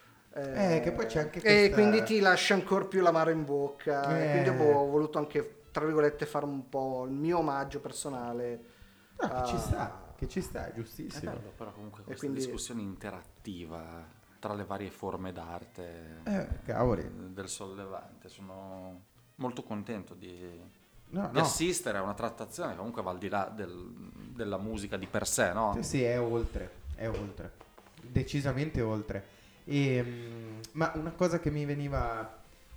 Eh, che poi c'è anche E questa- quindi ti lascia ancora più l'amaro in bocca. E Eh. quindi boh, ho voluto anche, tra virgolette, fare un po' il mio omaggio personale. No, che ci a- sta, che ci sta, è È giustissimo. bello però comunque questa quindi- discussione interattiva tra le varie forme d'arte Eh, cavoli. eh, del sollevante. Sono molto contento di, No, di no. assistere a una trattazione che comunque va al di là del- della musica di per sé, no? Sì, sì, è oltre, è oltre, decisamente oltre. E, mm, ma una cosa che mi veniva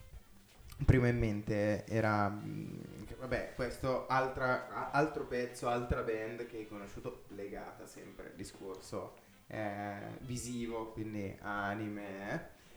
prima in mente era, mm, che, vabbè, questo altra, a- altro pezzo, altra band che hai conosciuto legata sempre al discorso eh, visivo, quindi anime, eh.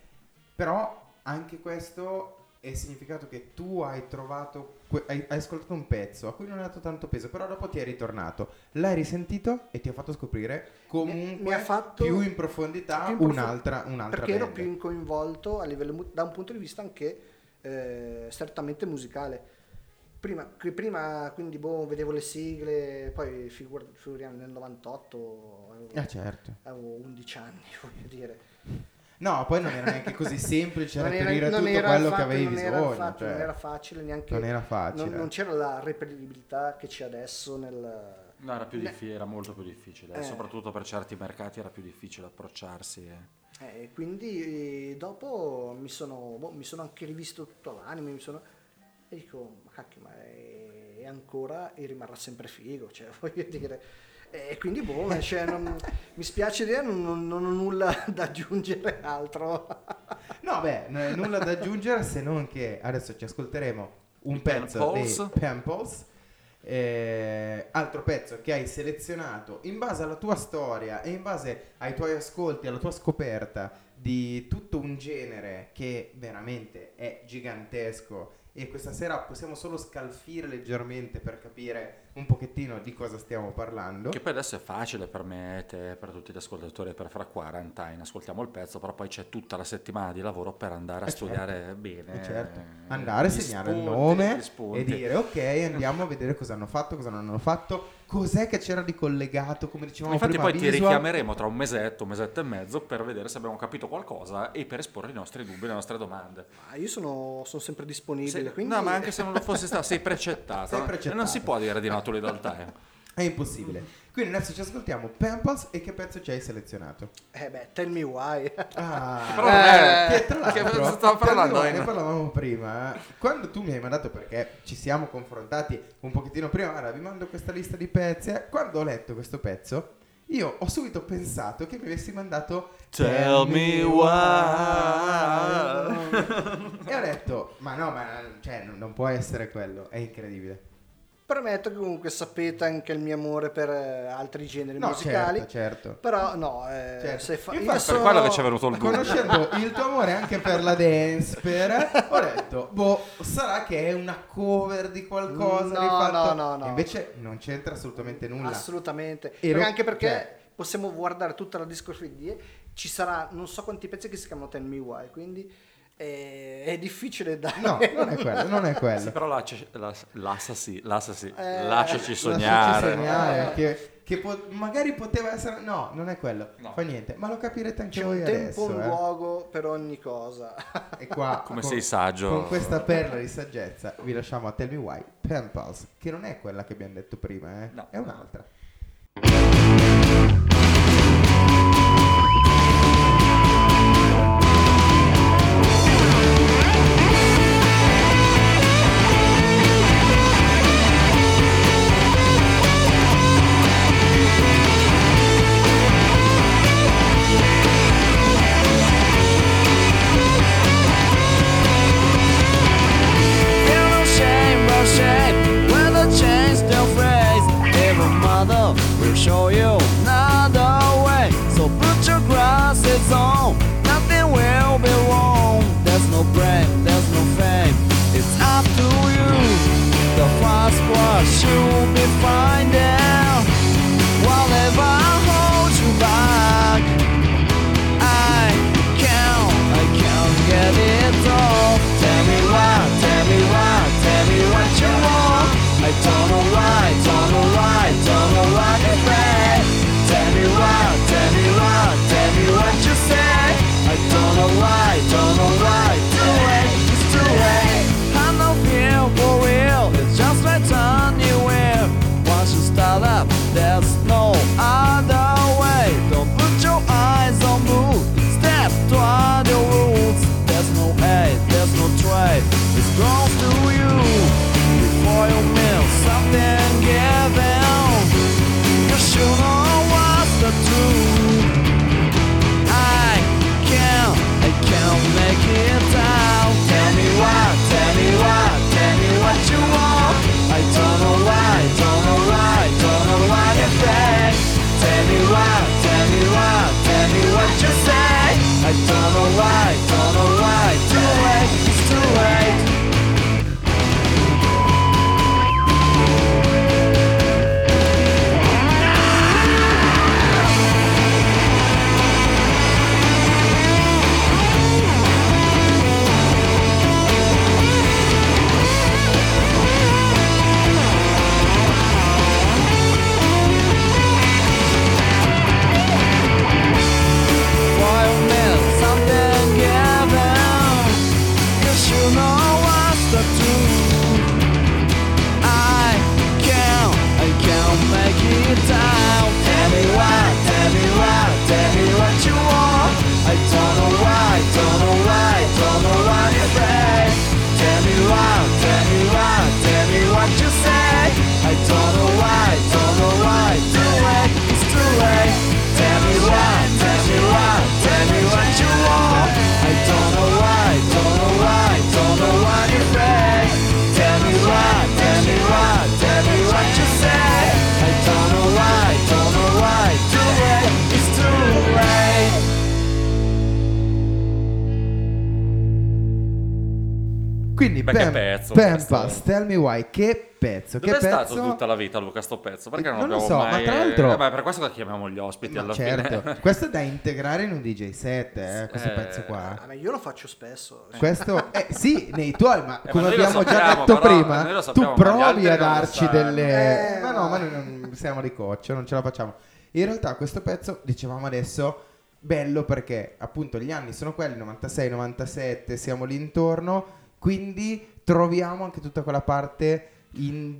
Però anche questo è significato che tu hai trovato, que- hai, hai ascoltato un pezzo a cui non hai dato tanto peso, però dopo ti è ritornato, l'hai risentito e ti ha fatto scoprire comunque mi ha fatto- più in profondità più in profo- un'altra, un'altra perché ero band. più coinvolto a livello mu- da un punto di vista anche eh, strettamente musicale. Prima, che prima quindi boh, vedevo le sigle, poi figur- figuriamo nel novantotto avevo, Ah, certo. avevo undici anni, voglio dire. No, poi non era neanche così semplice Non era- reperire non tutto era quello infatti- che avevi non era bisogno. infatti- cioè, non era facile neanche, non era facile. non, non c'era la reperibilità che c'è adesso nel... No, era più ne- difficile, era molto più difficile, Eh. soprattutto per certi mercati era più difficile approcciarsi. eh. Eh, quindi eh, dopo mi sono, boh, mi sono anche rivisto tutto l'anime, mi sono, e dico, ma cacchio, ma è, è ancora e rimarrà sempre figo, cioè voglio dire. E quindi boh, cioè, non- mi spiace dire, non, non- non ho nulla da aggiungere altro. No, beh, non è nulla da aggiungere se non che adesso ci ascolteremo un I pezzo Pamples. dei Pamples, eh, altro pezzo che hai selezionato in base alla tua storia e in base ai tuoi ascolti, alla tua scoperta di tutto un genere che veramente è gigantesco, e questa sera possiamo solo scalfire leggermente per capire un pochettino di cosa stiamo parlando. Che poi adesso è facile per me, e te, per tutti gli ascoltatori, per fra quarantine, ascoltiamo il pezzo, però poi c'è tutta la settimana di lavoro per andare a Eh, studiare certo. bene. Eh, certo. eh, Andare a gli segnare il spunti, nome gli spunti. e dire ok, andiamo a vedere cosa hanno fatto, cosa non hanno fatto, cos'è che c'era di collegato, come dicevamo Infatti prima. poi ti visual. richiameremo tra un mesetto, un mesetto e mezzo per vedere se abbiamo capito qualcosa e per esporre i nostri dubbi, le nostre domande. Ma io sono, sono sempre disponibile, Se- quindi... No, ma anche se non lo fossi stato, sei precettato. Sei no? precettato. E non si può dire di no to little time. È impossibile. Quindi adesso ci ascoltiamo Pamples. E che pezzo ci hai selezionato? Eh beh, tell me why. Ah, Però non è- che tra che l'altro, stavo parlando, ne eh, no. parlavamo prima. Quando tu mi hai mandato, perché ci siamo confrontati un pochettino prima, guarda, vi mando questa lista di pezzi. eh. Quando ho letto questo pezzo, io ho subito pensato che mi avessi mandato Tell me why. E ho detto, ma no, ma cioè, non non può essere quello, è incredibile. Premetto che comunque sapete anche il mio amore per eh, altri generi No, musicali. certo, certo. Però no, eh, Certo. se fa- Infatti, io per sono... quello che ci è venuto il dubbio. Conoscendo il tuo amore anche per la dance, per, ho detto, boh, sarà che è una cover di qualcosa No, rifatto. no, no, no. E invece non c'entra assolutamente nulla. Assolutamente. Ero- Perché anche perché cioè- possiamo guardare tutta la discografia, ci sarà non so quanti pezzi che si chiamano Tell Me Why, quindi è, è difficile da... No, non è quello, non è quello. Sì, però lascia, las- lasciaci, lasciaci, Eh, lasciaci Lasciaci sognare. sognare, che, che po- magari poteva essere. No, non è quello. No. Fa niente, ma lo capirete anche C'è voi un tempo, adesso. un eh. luogo per ogni cosa. E qua, Come con- sei saggio. Con questa perla di saggezza vi lasciamo a Tell Me Why Pamples, che non è quella che abbiamo detto prima, eh? No. È un'altra. That's what you'll be finding. Whatever holds you back, I can't, I can't get it all. Tell me why, tell me why, tell me what you want. I don't know why, don't know why, don't know what you say. Tell me why, tell me why, tell me what you say. I don't know why, don't know why, too late, it's too late. I'm not here for real, it's just right anywhere. Once you start up, there's no other way. Don't put your eyes on move, step toward your roots. There's no aid, there's no trade, it's close to you. Before you miss something given, you should know what's the truth. I can't, I can't make it out. Tell me why, tell me why, tell me what you want. I don't know why, don't know why, don't know why you say. Tell me why, tell me why, tell me what you say. I don't know why, don't know why, too late, it's too late. Quindi Beh, Pam, che pezzo Pam questo. Pass, Tell Me Why, che pezzo, Dove che è pezzo. stato tutta la vita Luca sto pezzo? Perché non, Non lo abbiamo so, mai... ma tra l'altro- Eh, beh, per questo chiamiamo gli ospiti Ma alla certo, fine. questo è da integrare in un D J set, eh, questo Eh, pezzo qua. Ah, ma io lo faccio spesso. Questo, eh, sì, nei tuoi, ma Eh, come ma noi lo abbiamo già sappiamo, detto però, prima, noi lo tu sappiamo, ma gli provi altri a non lo darci sanno. delle... Eh, ma no, ma- ma noi non siamo di coccio, non ce la facciamo. In realtà questo pezzo, dicevamo adesso, bello perché appunto gli anni sono quelli, novantasei novantasette, siamo lì intorno, quindi troviamo anche tutta quella parte in-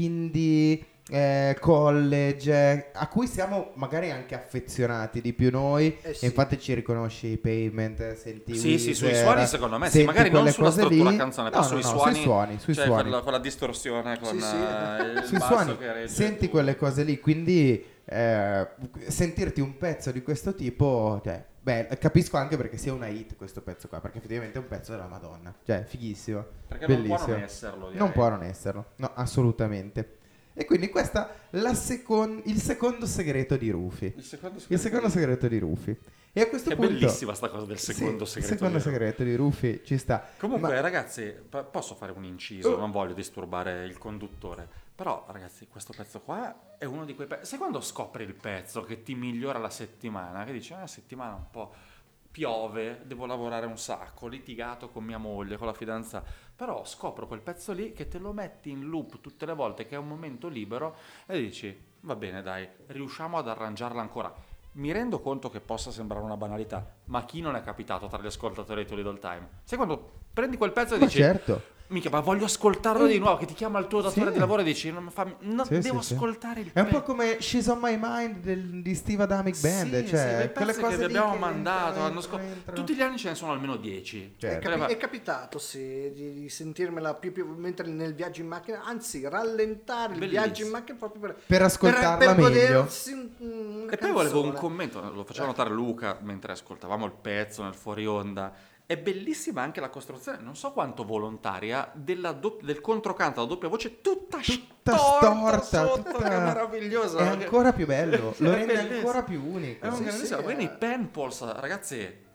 indie, eh, college, eh, a cui siamo magari anche affezionati di più noi. Eh sì. E infatti ci riconosci Pavement, senti Sì, sì, sui Weezer, suoni secondo me, sì, senti magari non quelle sulla cose struttura lì. canzone, No, però no, sui no, suoni, sui suoni, sui cioè suoni. Quella, quella distorsione con Sì, sì. eh, il Sui basso suoni, che regge senti tutto. quelle cose lì, quindi eh, sentirti un pezzo di questo tipo, cioè, beh, capisco anche perché sia una hit questo pezzo qua, perché effettivamente è un pezzo della Madonna, cioè fighissimo, Perché non bellissimo. può non esserlo, direi. Non può non esserlo, no, assolutamente. E quindi questa la secon- il secondo segreto di Rufy. Il secondo Il segreto. secondo segreto di Rufy. E a questo Che punto bellissima sta cosa del Sì, secondo il segreto. secondo di- segreto di Rufy ci sta. Comunque, Ma- ragazzi, p- posso fare un inciso? Oh. Non voglio disturbare il conduttore. Però, ragazzi, questo pezzo qua è uno di quei pezzi. Sai quando scopri il pezzo che ti migliora la settimana? Che dici, ah, settimana un po' piove, devo lavorare un sacco, ho litigato con mia moglie, con la fidanzata. Però scopro quel pezzo lì che te lo metti in loop tutte le volte che è un momento libero e dici, va bene, dai, riusciamo ad arrangiarla ancora. Mi rendo conto che possa sembrare una banalità, ma chi non è capitato tra gli ascoltatori di Too Little Time? Sai quando prendi quel pezzo e Ma dici, certo. mica, ma voglio ascoltarlo di nuovo, che ti chiama il tuo datore Sì. di lavoro e dici, non mi fa, no, Sì, devo sì, sì. ascoltare il È un pezzo. po' come She's on My Mind del- di Steve Adamic Band, Sì, cioè sì, quei quelle pezzi cose che vi lì abbiamo che mandato entrano, l'anno scorso. entrano. Tutti gli anni ce ne sono almeno dieci. Certo. È, capi- Cioè, è capitato, sì, di, di sentirmela più, più mentre nel viaggio in macchina, anzi rallentare il Bellissimo. viaggio in macchina proprio per, Per ascoltarla per, per meglio. godersi un- una E poi volevo un canzone. commento, lo faceva notare Luca mentre ascoltavamo il pezzo nel fuori onda. È bellissima anche la costruzione, non so quanto volontaria, della do- del controcanto, la doppia voce tutta, Tutta storta, storta, sotto, tutta- che meraviglioso. È ancora più bello, lo È rende bellissimo. ancora più unico. È un Sì, grandissimo. sì, Quindi eh. Penpals, ragazzi,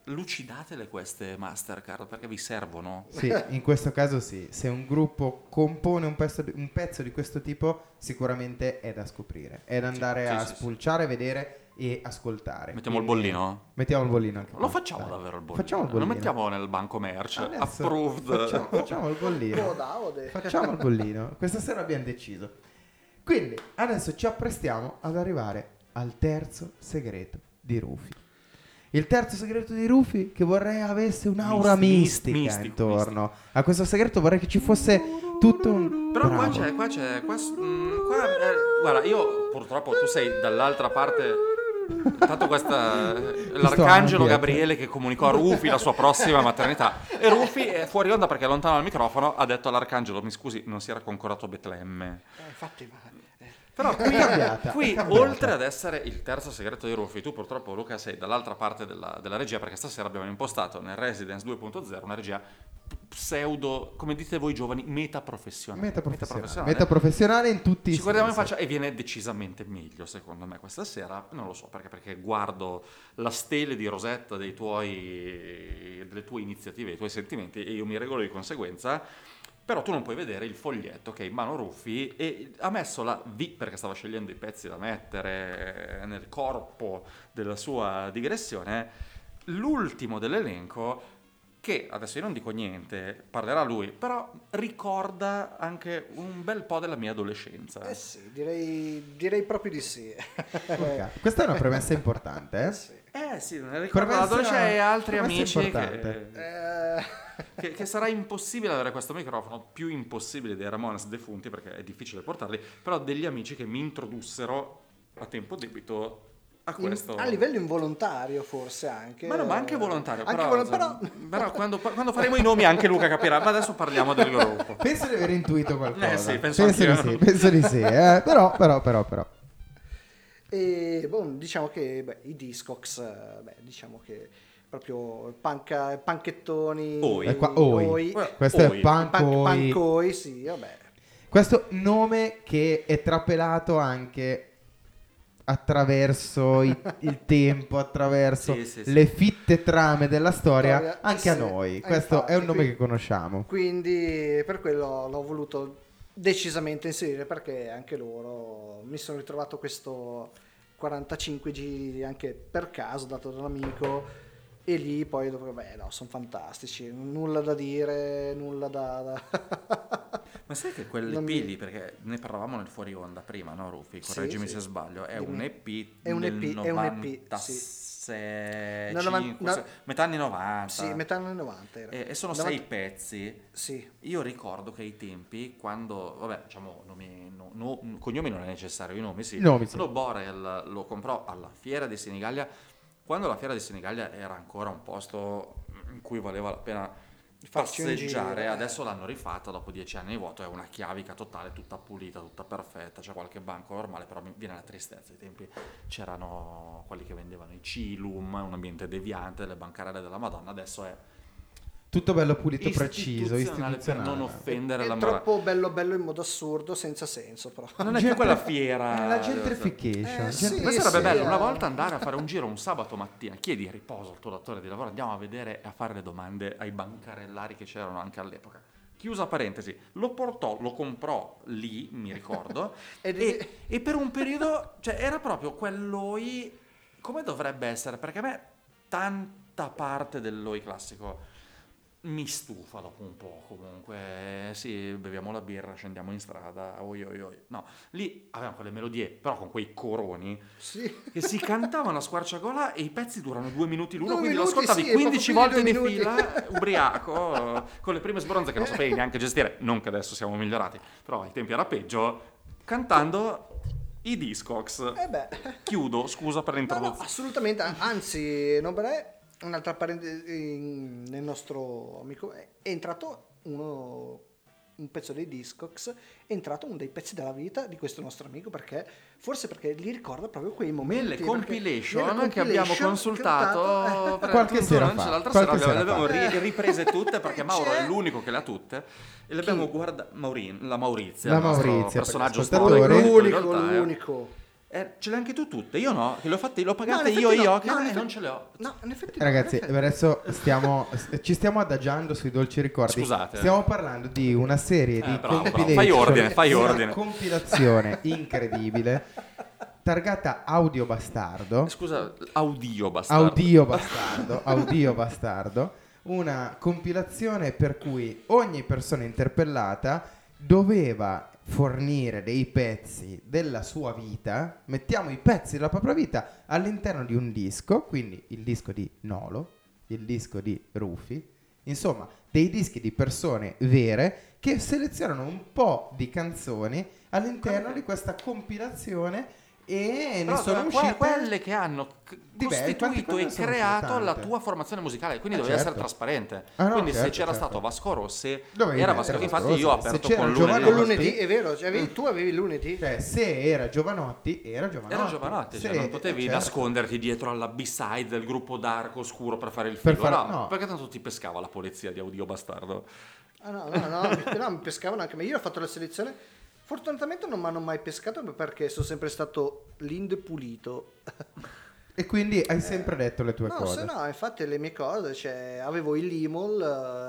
lucidatele queste Mastercard, perché vi servono. Sì, in questo caso sì. Se un gruppo compone un pezzo, di, un pezzo di questo tipo, sicuramente è da scoprire. È da andare Sì, a sì, sì, spulciare, vedere e ascoltare. Mettiamo il Quindi, bollino? Mettiamo il bollino anche Lo qua. facciamo Dai. davvero il bollino? Facciamo il Lo bollino. mettiamo nel banco merch. Adesso Approved. Facciamo, facciamo il bollino. Oda, ode. Facciamo il bollino. Questa sera abbiamo deciso. Quindi adesso ci apprestiamo ad arrivare al terzo segreto di Rufy. Il terzo segreto di Rufy, che vorrei avesse un'aura Misti- mistica mistico, intorno a questo segreto. Vorrei che ci fosse tutto un... Però qua Bravo. c'è, qua c'è, qua, s- mm, qua, eh, guarda, io purtroppo tu sei dall'altra parte. Tanto questa l'arcangelo ambient. Gabriele che comunicò a Rufy la sua prossima maternità, e Rufy è fuori onda perché è lontano dal microfono, ha detto all'arcangelo: mi scusi, non si era concordato a Betlemme. Eh, infatti, ma... Però qui, cambiata, qui è cambiata. oltre ad essere il terzo segreto di Rufy, tu purtroppo, Luca, sei dall'altra parte della, della regia, perché stasera abbiamo impostato nel Residence due punto zero una regia pseudo, come dite voi giovani, metaprofessionale. Metaprofessionale. Metaprofessionale in tutti i Ci guardiamo in sensi. faccia e viene decisamente meglio secondo me questa sera. Non lo so perché, perché guardo la stele di rosetta dei tuoi, delle tue iniziative, dei tuoi sentimenti, e io mi regolo di conseguenza. Però tu non puoi vedere il foglietto che è in mano Rufy, e ha messo la V perché stava scegliendo i pezzi da mettere nel corpo della sua digressione, l'ultimo dell'elenco, che adesso io non dico niente, parlerà lui, però ricorda anche un bel po' della mia adolescenza. Eh sì, direi, direi proprio di sì. Ok. Questa è una premessa importante, eh? Sì. Eh sì, ne ricordo Premessa- l'adolescenza e altri premessa amici importante. che, Eh, che, che sarà impossibile avere questo microfono, più impossibile dei Ramones defunti perché è difficile portarli, però degli amici che mi introdussero a tempo debito a in- questo. a livello involontario forse anche. Ma no, ma anche volontario. Anche però, volo- insomma, però- però quando, quando faremo i nomi anche Luca capirà. Ma adesso parliamo del gruppo. Penso di aver intuito qualcosa. Eh sì, penso penso di anch'io. sì, penso di sì, eh? Però, però, però, però. E boh, diciamo che beh, i Discogs, eh, beh, diciamo che proprio panca, panchettoni. Oi. È qua- oi. oi. Questo Oi. è Pan- Pancoi. pancoi, sì, vabbè. Questo nome che è trapelato anche attraverso i- il tempo, attraverso Sì, sì, sì. le fitte trame della storia, Storia, anche a sì. noi. Eh, Questo infatti, è un nome quindi- che conosciamo. Quindi per quello l'ho voluto decisamente inserire, perché anche loro mi sono ritrovato questo quarantacinque giri anche per caso dato da un amico, e lì poi dopo, beh no, sono fantastici, nulla da dire, nulla da... da... Ma sai che quell'E P Non mi- lì, perché ne parlavamo nel fuori onda prima, no Rufy? Sì, Correggimi sì. se sbaglio, è Dimmi. un E P È un del E P, è un E P, novantasei, No, novan- cinque, no- se- metà anni novanta. Sì, metà anni novanta era. E, e sono novanta sei pezzi. Sì, Io ricordo che ai tempi, quando, vabbè, diciamo, nomi, no, no, cognomi non è necessario, i nomi sì. I nomi sì. Quando Borel lo comprò alla Fiera di Senigallia, quando la Fiera di Senigallia era ancora un posto in cui valeva la pena Farci un passeggiare, giro, eh. adesso l'hanno rifatta dopo dieci anni di vuoto, è una chiavica totale, tutta pulita, tutta perfetta, c'è qualche banco normale, però mi viene la tristezza. Ai tempi c'erano quelli che vendevano i Cilum, un ambiente deviante, le bancarelle della Madonna, adesso è Tutto bello pulito, preciso, istituzionale per istituzionale. non offendere è la morale. troppo bello bello in modo assurdo, senza senso però. Non è più quella fiera. La gentrification. Eh, sì. Poi sarebbe sì, bello eh. una volta andare a fare un giro un sabato mattina, chiedi riposo al tuo datore di lavoro, andiamo a vedere e a fare le domande ai bancarellari che c'erano anche all'epoca. Chiusa parentesi, lo portò, lo comprò lì, mi ricordo, Ed- e, e per un periodo, cioè era proprio quell'O I come dovrebbe essere, perché a me tanta parte dell'O I classico mi stufa dopo un po', comunque, sì, beviamo la birra, scendiamo in strada, oi oi oi. No, lì avevamo quelle melodie, però con quei coroni, Sì. che si cantavano a squarciagola e i pezzi durano due minuti l'uno, Due quindi lo minuti, ascoltavi sì, quindici proprio volte più di di due fila, ubriaco, con le prime sbronze che non sapevi neanche gestire, non che adesso siamo migliorati, però ai tempi era peggio, cantando i Discogs. Eh beh. Chiudo, scusa per No, no, l'introduzione. assolutamente, anzi, non vorrei un'altra parentesi in- nel nostro amico è entrato uno un pezzo dei Discogs, è entrato uno dei pezzi della vita di questo nostro amico, perché forse perché gli ricorda proprio quei momenti, Nelle perché compilation nelle che abbiamo compilation consultato cantato- per Qualche tu- tu sera non fa, c'è, l'altra qualche sera, sera le abbiamo fa. ri- riprese tutte perché Mauro C'è- è l'unico che le ha tutte e le abbiamo guardate. Maurin, la Maurizia, La il nostro Maurizia, per personaggio ascoltatori. storico, in l'unico, realtà, eh. l'unico. Eh, ce le hai anche tu tutte, io no, che le ho fatte, le ho No, pagate in io effetti io, no, che no, in e effetti- non ce le ho. No, in effetti no, Ragazzi, in effetti- adesso stiamo, ci stiamo adagiando sui dolci ricordi. Scusate. Stiamo parlando di una serie di Eh, bravo, bravo. compilation, Fai ordine, fai una ordine. compilazione incredibile targata Audio Bastardo. Scusa, audio bastardo. Audio Bastardo, Audio Bastardo, una compilazione per cui ogni persona interpellata doveva fornire dei pezzi della sua vita, mettiamo i pezzi della propria vita all'interno di un disco, quindi il disco di Nolo, il disco di Rufi, insomma dei dischi di persone vere che selezionano un po' di canzoni all'interno di questa compilazione e ne Però sono que- uscite quelle che hanno c- Diverse, quanti- costituito quante e sono creato uscite? la Tante. tua formazione musicale, quindi Eh, dovevi certo. essere trasparente. Ah, no, quindi se certo, c'era certo. stato Vasco Rossi, Dovevi era mettere Vasco. Vasco Infatti io ho Rossi. Se aperto c'era con Giovanni lunedì. Con Rossi- lunedì, è vero, cioè, avevi- tu avevi lunedì. Cioè, se era Giovanotti, era Giovanotti. Era Giovanotti, cioè Se- non potevi certo. nasconderti dietro alla B-side del gruppo dark oscuro per fare il Per figo. fare- no, no. perché tanto ti pescava la polizia di Audio Bastardo. Ah, no, no, no, mi, no, mi pescavano anche me. Io ho fatto la selezione. Fortunatamente non mi hanno mai pescato perché sono sempre stato lindo e pulito. E quindi hai sempre detto le tue No, cose. se no, infatti le mie cose, cioè, avevo il Limol,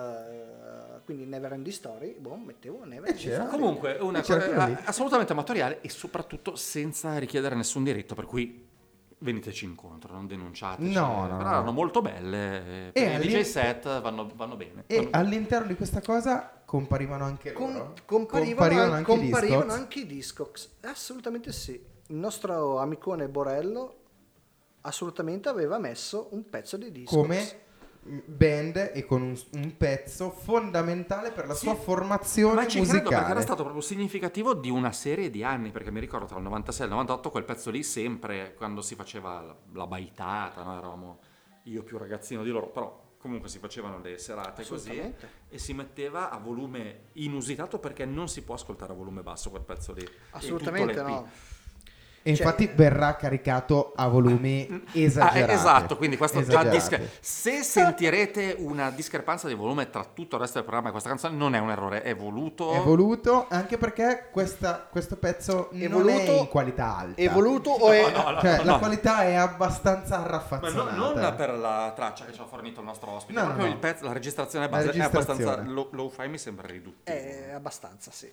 eh, quindi Never Ending Story, boh, mettevo Never E Ending c'era. Story. Comunque, una E c'era cosa quello lì. assolutamente amatoriale e soprattutto senza richiedere nessun diritto, per cui veniteci incontro, non denunciateci. No, no, Però no. erano molto belle, per E i all'in- D J set vanno, vanno bene. E Vanno- all'interno di questa cosa comparivano anche Com- loro. comparivano, an- anche i comparivano Discogs. anche i Discogs. Assolutamente sì. Il nostro amicone Borello assolutamente aveva messo un pezzo di Discogs. Come band e con un, un pezzo fondamentale per la Sì, sua formazione Ma ci credo perché musicale. era stato proprio significativo di una serie di anni, perché mi ricordo tra il novantasei e il novantotto quel pezzo lì sempre, quando si faceva la, la baitata, no? Eravamo io più ragazzino di loro, però comunque si facevano le serate così Assolutamente. e si metteva a volume inusitato perché non si può ascoltare a volume basso quel pezzo lì. E Assolutamente tutto l'E P. no. E Cioè- infatti verrà caricato a volumi Ah, esagerati. esatto, quindi questo già Esagerati. disc- se sentirete una discrepanza di volume tra tutto il resto del programma e questa canzone non è un errore, è voluto. È voluto anche perché questa- questo pezzo È non è voluto- in qualità alta. È voluto o è... Cioè, la no. qualità è abbastanza Ma arraffazzonata. no- non per la traccia che ci ha fornito il nostro ospite, No, proprio no, no. il pezzo, la registrazione La base è registrazione. abbastanza low, low-fi, mi sembra riduttivo. È abbastanza, sì.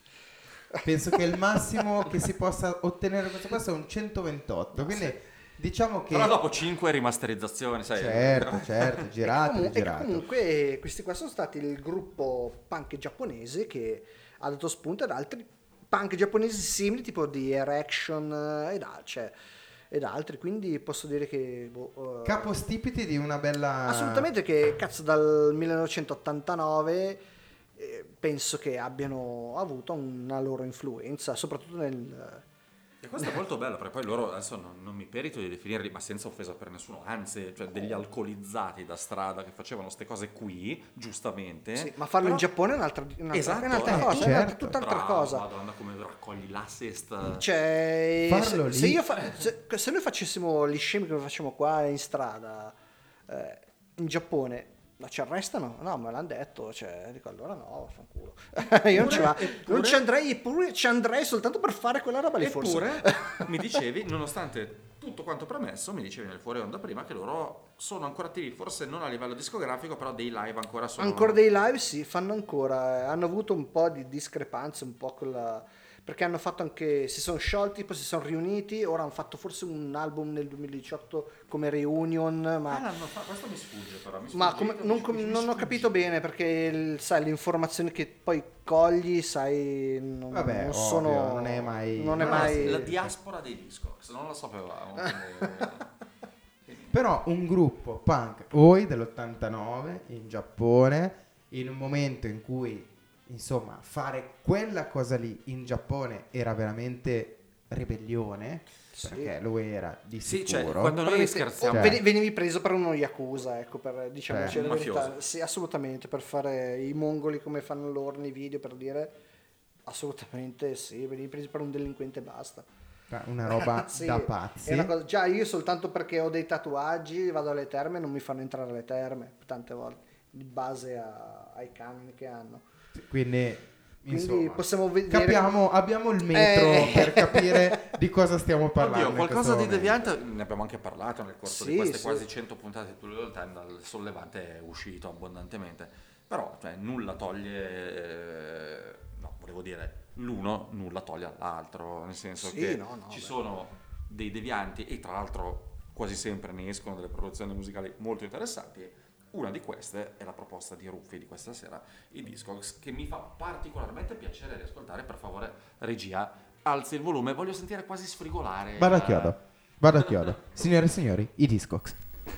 Penso che il massimo che si possa ottenere da questo passo è un centoventotto. Quindi diciamo che... Però dopo cinque rimasterizzazioni, sai. Certo, certo, girato, e, comu- e girato. comunque questi qua sono stati il gruppo punk giapponese che ha dato spunto ad altri punk giapponesi simili, tipo di Erection eh, ed, al- cioè, ed altri, quindi posso dire che boh, eh, Capostipiti di una bella... assolutamente che cazzo dal millenovecentottantanove eh, penso che abbiano avuto una loro influenza, soprattutto nel... E questo è molto bello, perché poi loro adesso non, non mi perito di definirli, ma senza offesa per nessuno, anzi, cioè degli alcolizzati da strada che facevano ste cose qui, giustamente. Sì, ma farlo Però- in Giappone è un'altra, un'altra, Esatto, è un'altra eh, cosa, è certo. un'altra- tutt'altra Bravo, cosa. Madonna, come raccogli l'assist. Cioè, Farlo se, lì- se io fa- se, se noi facessimo gli scemi che facciamo qua in strada eh, in Giappone, ma ci arrestano? No, me l'hanno detto, cioè, dico allora no, fanculo. Io non ci, va- non ci andrei, eppure ci andrei soltanto per fare quella roba lì, forse. Eppure mi dicevi, nonostante tutto quanto premesso, mi dicevi nel fuori onda prima che loro sono ancora attivi, forse non a livello discografico, però dei live ancora sono. Ancora dei live, sì, fanno ancora. eh, Hanno avuto un po' di discrepanze, un po' con la... Perché hanno fatto anche, si sono sciolti, poi si sono riuniti, ora hanno fatto forse un album nel duemiladiciotto come reunion, ma... Ah, l'hanno fa- questo mi sfugge però. Mi Ma sfugge, come- mi- non, mi- com- mi non ho sfugge. capito bene perché il- sai le informazioni che poi cogli sai non, Vabbè, non ovvio, sono non è mai- non è No, no, mai la diaspora dei disco, se non lo sapevamo. quindi- Però un gruppo punk Oi dell'ottantanove in Giappone, in un momento in cui insomma fare quella cosa lì in Giappone era veramente ribellione, Sì. perché lo era di Sì, cioè, sicuro. quando noi Probabilmente- scherziamo. o Cioè- veni- venivi preso per uno yakuza, ecco, per diciamoci Cioè, la un verità. mafioso. Sì, assolutamente, per fare i mongoli come fanno loro nei video, per dire assolutamente sì, venivi preso per un delinquente e basta. Una roba Sì, da è pazzi. una cosa- già io soltanto perché ho dei tatuaggi vado alle terme e non mi fanno entrare alle terme tante volte, di base a- ai canoni che hanno. Quindi Quindi Insomma, possiamo vedere... capiamo, abbiamo il metro Eh. per capire di cosa stiamo parlando. Oddio, in qualcosa questo di momento. deviante ne abbiamo anche parlato nel corso Sì, di queste sì. quasi cento puntate di Tulio Time, dal sollevante è uscito abbondantemente, però cioè, nulla toglie, eh, no, volevo dire, l'uno nulla toglie all'altro, nel senso Sì, che no, no, ci beh. sono dei devianti e tra l'altro quasi sempre ne escono delle produzioni musicali molto interessanti. Una di queste è la proposta di Ruffi di questa sera, i Discogs, che mi fa particolarmente piacere riascoltare. Per favore, regia, alzi il volume, voglio sentire quasi sfrigolare. Vado a il- chiodo, vado a chiodo. Signore e signori, i Discogs.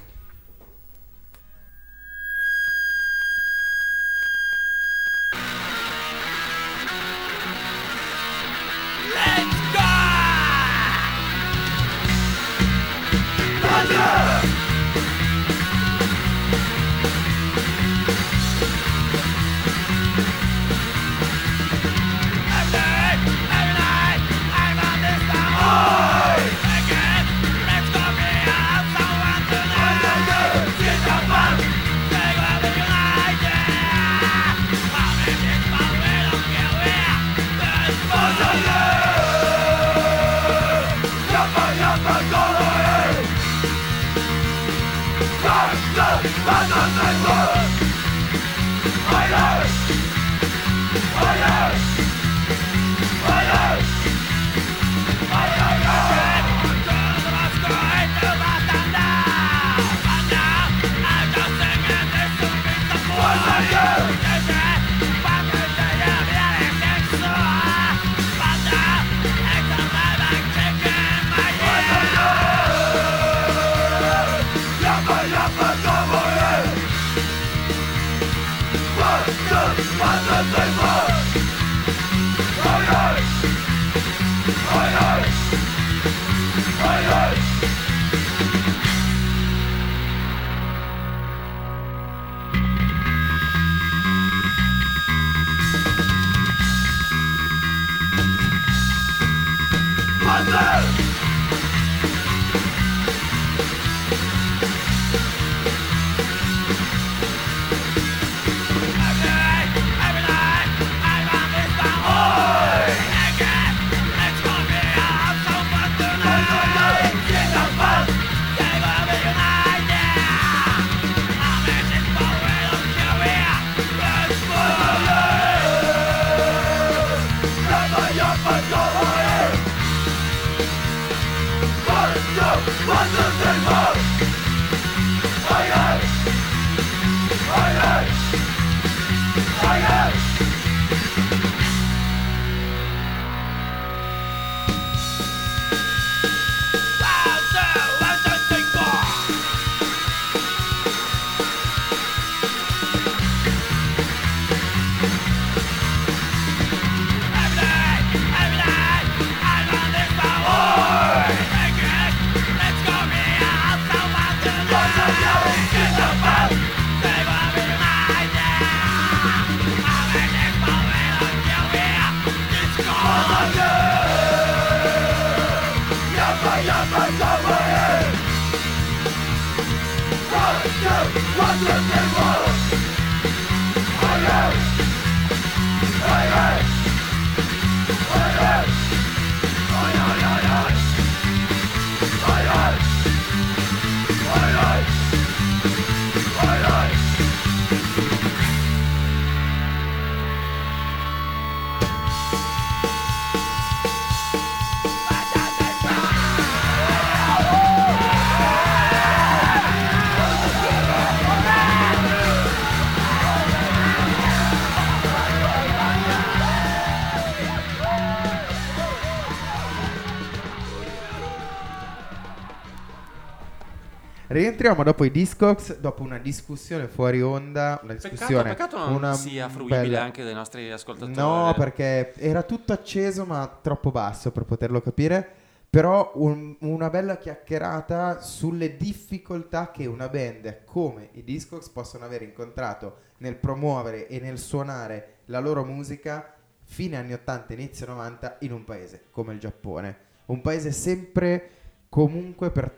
Rientriamo dopo i Discogs, dopo una discussione fuori onda, una Peccato, discussione peccato non una sia fruibile bella- anche dai nostri ascoltatori. No, perché era tutto acceso ma troppo basso per poterlo capire. Però un- una bella chiacchierata sulle difficoltà che una band come i Discogs possono aver incontrato nel promuovere e nel suonare la loro musica fine anni ottanta, inizio novanta in un paese come il Giappone. Un paese sempre comunque per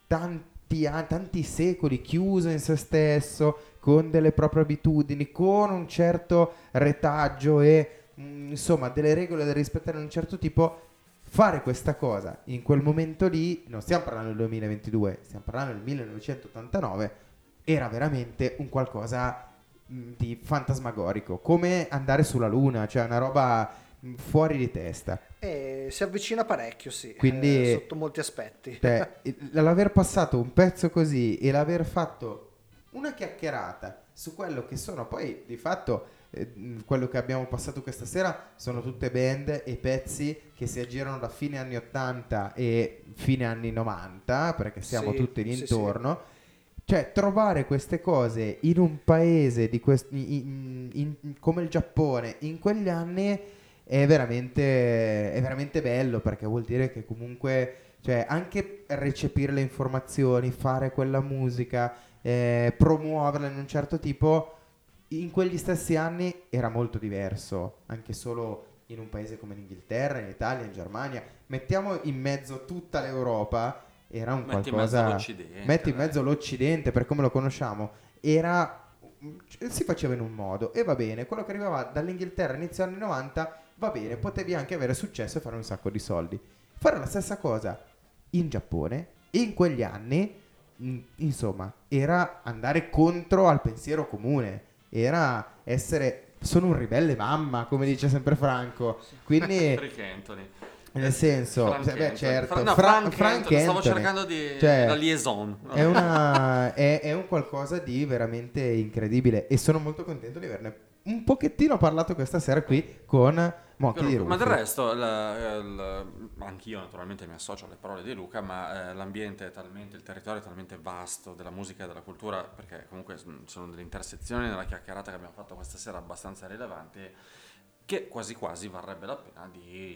tanti, a- tanti secoli chiuso in se stesso, con delle proprie abitudini, con un certo retaggio e mh, insomma delle regole da rispettare di un certo tipo, fare questa cosa in quel momento lì, non stiamo parlando del duemilaventidue, stiamo parlando del millenovecentottantanove, era veramente un qualcosa mh, di fantasmagorico, come andare sulla luna, cioè una roba mh, fuori di testa. Eh, si avvicina parecchio, sì, Quindi, eh, sotto molti aspetti. Cioè, l'aver passato un pezzo così e l'aver fatto una chiacchierata su quello che sono poi di fatto eh, quello che abbiamo passato questa sera sono tutte band e pezzi che si aggirano da fine anni ottanta e fine anni novanta, perché siamo Sì, tutti lì sì, intorno. Cioè, trovare queste cose in un paese di quest- in- in- in- come il Giappone in quegli anni è veramente, è veramente bello, perché vuol dire che comunque, cioè, anche recepire le informazioni, fare quella musica, eh, promuoverla in un certo tipo, in quegli stessi anni era molto diverso, anche solo in un paese come l'Inghilterra, in Italia, in Germania. Mettiamo in mezzo tutta l'Europa, era un Metti in qualcosa... mezzo l'Occidente, metti in dai. mezzo l'Occidente, per come lo conosciamo, era... si faceva in un modo e va bene, quello che arrivava dall'Inghilterra inizio anni novanta va bene, potevi anche avere successo e fare un sacco di soldi. Fare la stessa cosa in Giappone in quegli anni, mh, insomma, era andare contro al pensiero comune, era essere sono un ribelle mamma, come dice sempre Franco, quindi Rick Anthony. nel senso, Frank beh, Anthony. certo, Fra- no, Fra- Frank Frank Anthony, stavo Anthony. cercando di Cioè, la liaison. È, una, è, è un qualcosa di veramente incredibile e sono molto contento di averne un pochettino parlato questa sera qui con Monkey di Ruffi. Ma del resto, la- la- anch'io naturalmente mi associo alle parole di Luca, ma eh, l'ambiente è talmente, il territorio è talmente vasto della musica e della cultura, perché comunque mh, sono delle intersezioni nella chiacchierata che abbiamo fatto questa sera abbastanza rilevanti, che quasi quasi varrebbe la pena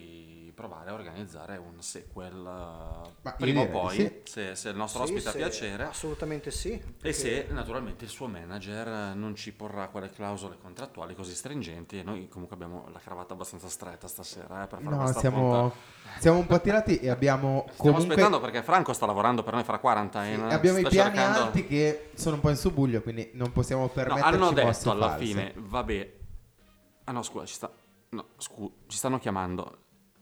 di provare a organizzare un sequel uh, Ma io prima o direi poi, sì. se, se il nostro Sì, ospite ha sì, piacere. assolutamente sì, E perché- se naturalmente il suo manager non ci porrà quelle clausole contrattuali così stringenti, e noi comunque abbiamo la cravatta abbastanza stretta stasera eh, per fare No, questa siamo, puntata. siamo un po' tirati e abbiamo Stiamo comunque aspettando perché Franco sta lavorando per noi fra quaranta sì, anni. abbiamo i sta piani cercando- alti che sono un po' in subbuglio, quindi non possiamo No, permetterci hanno mosse detto alla false. fine, vabbè. Ah no, scusa, ci sta no, scu- ci stanno chiamando.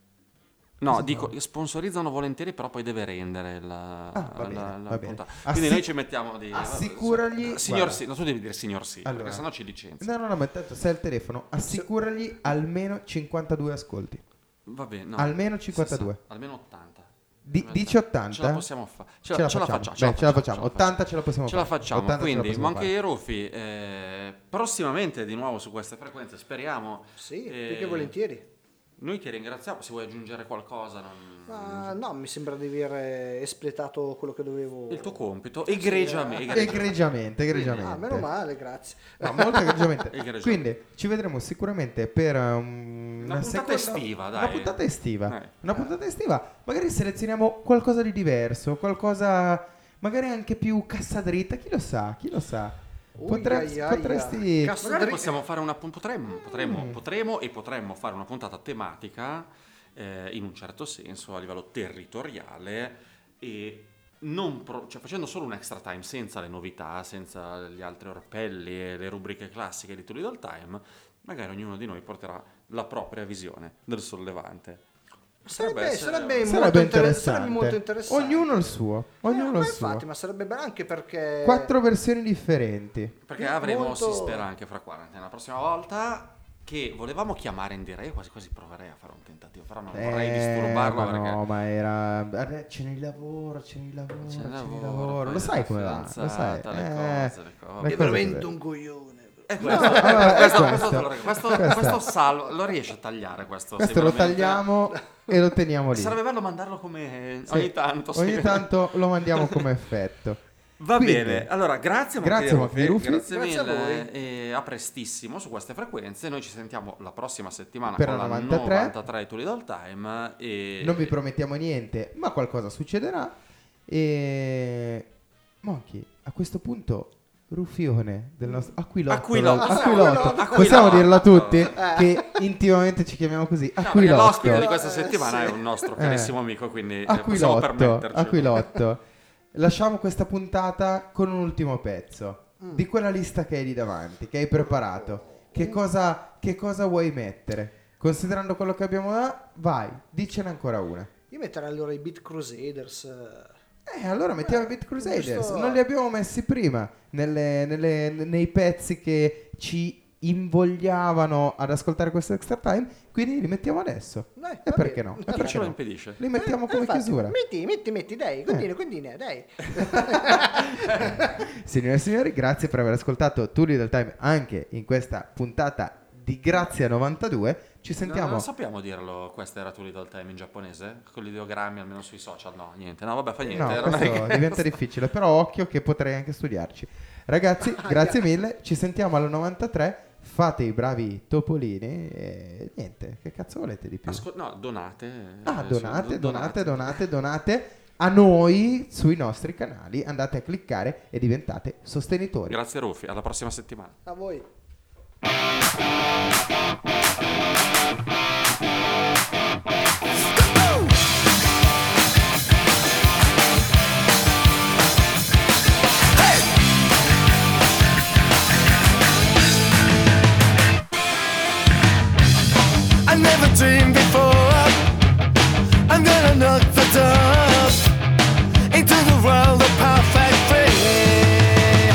No, Cosa dico, fanno? sponsorizzano volentieri, però poi deve rendere la, Ah, va la- bene, la va bene. puntata. Assi- Quindi noi ci mettiamo di assicuragli- signor guarda. sì, no, tu devi dire signor sì, Allora. perché sennò ci licenziano. No, no, no, ma tanto sei al telefono, assicuragli almeno cinquantadue ascolti. Va bene, no. Almeno cinquantadue. sessanta, almeno ottanta. Di- dici ottanta? Ce la possiamo fare. Ce, Ce la ce la facciamo. facciamo. Beh, ce la facciamo. ottanta ce la possiamo Ce la fare. facciamo. ottanta ce la Quindi, possiamo Monkey fare. e Ruffi, eh, prossimamente di nuovo su queste frequenze, speriamo. Sì, Eh, più che volentieri. Noi ti ringraziamo. Se vuoi aggiungere qualcosa, non... Ma no, mi sembra di aver espletato quello che dovevo. il tuo compito, egregiamente. Egregiamente, egregiamente. Ah, meno male, grazie. No, molto egregiamente. Egregiamente. Quindi ci vedremo sicuramente per um, Una puntata estiva, dai. Una puntata estiva. Eh. Una puntata estiva. Magari selezioniamo qualcosa di diverso, qualcosa magari anche più cassa dritta, chi lo sa, chi lo sa. Potre- Uiaiaia. potresti Cassa Magari dritta. possiamo fare una pun- potremmo, potremmo, Mm. potremmo e potremmo fare una puntata tematica eh, in un certo senso a livello territoriale e non pro- cioè facendo solo un extra time senza le novità, senza gli altri orpelli e le rubriche classiche di Too Little Time, magari ognuno di noi porterà la propria visione del sollevante. Sarebbe, essere- sarebbe, sarebbe molto, inter- interessante. sarebbe molto interessante. Ognuno il suo, Eh, ognuno ma il infatti, suo. ma sarebbe bello anche perché Quattro versioni differenti. Perché Molto- avremo, si spera anche fra quarantena la prossima volta, che volevamo chiamare in diretta. Io quasi quasi proverei a fare un tentativo, però non vorrei Eh, disturbarlo ma perché... no, ma era eh, ce ne lavoro, ce ne lavoro, C'è ce ne lavoro, lavoro. poi Lo sai la come va? Lo sai. fidanzata, le Eh, cose, le cose. le è cose veramente così. un coglione. E No, questo, allora, è questo, questo. questo, questo, questo, Questo. questo salvo, lo riesci a tagliare questo? Questo lo sicuramente? tagliamo e lo teniamo lì. Sarebbe bello mandarlo come Sì. ogni tanto. sì. Ogni tanto lo mandiamo come effetto. Va Quindi, bene, allora grazie grazie, Monkey Monkey Ruffi. grazie Grazie a mille voi. e a prestissimo su queste frequenze. Noi ci sentiamo la prossima settimana Per con la la novantatré. novantatré Too Little Time e... Non vi promettiamo niente, ma qualcosa succederà. E Monkey, a questo punto Ruffione del nostro Aquilotto. Aquilotto. Aquilotto. Aquilotto. Possiamo dirlo a tutti Eh. che intimamente ci chiamiamo così. No, perché Aquilotto. l'ospite di questa Eh, settimana sì. è un nostro Eh. carissimo amico, quindi eh, possiamo Aquilotto, permetterci. Aquilotto. Lasciamo questa puntata con un ultimo pezzo Mm. di quella lista che hai lì davanti, che hai preparato. Che cosa, che cosa vuoi mettere? considerando quello che abbiamo là, vai, dicene ancora una. Io metterei allora i Beat Crusaders. Eh, allora mettiamo i Beat Crusaders. giusto- Non li abbiamo messi prima nelle- nelle- nei pezzi che ci invogliavano ad ascoltare questo Extra Time, quindi li mettiamo adesso. Dai, e va perché bene. no? E Chi perché ce lo no? impedisce? Li mettiamo Eh, come infatti, chiusura. Metti, metti, metti, dai, continua, continua, dai. Signore e signori, grazie per aver ascoltato Too Little Time anche in questa puntata di Grazia novantadue. Ci No, sentiamo. non sappiamo dirlo, questa era Too Little Time in giapponese? Con gli ideogrammi almeno sui social? No, niente. No, vabbè, fa niente. No, non è questo che- diventa difficile, però occhio che potrei anche studiarci. Ragazzi, grazie mille, ci sentiamo alla novantatré. Fate i bravi topolini e niente, che cazzo volete di più? Ascol- no, donate. Ah, eh, donate, su- donate, donate, donate a noi sui nostri canali. Andate a cliccare e diventate sostenitori. Grazie Ruffi, alla prossima settimana. A voi. I never dreamed before I'm gonna knock the door into the world of perfect free.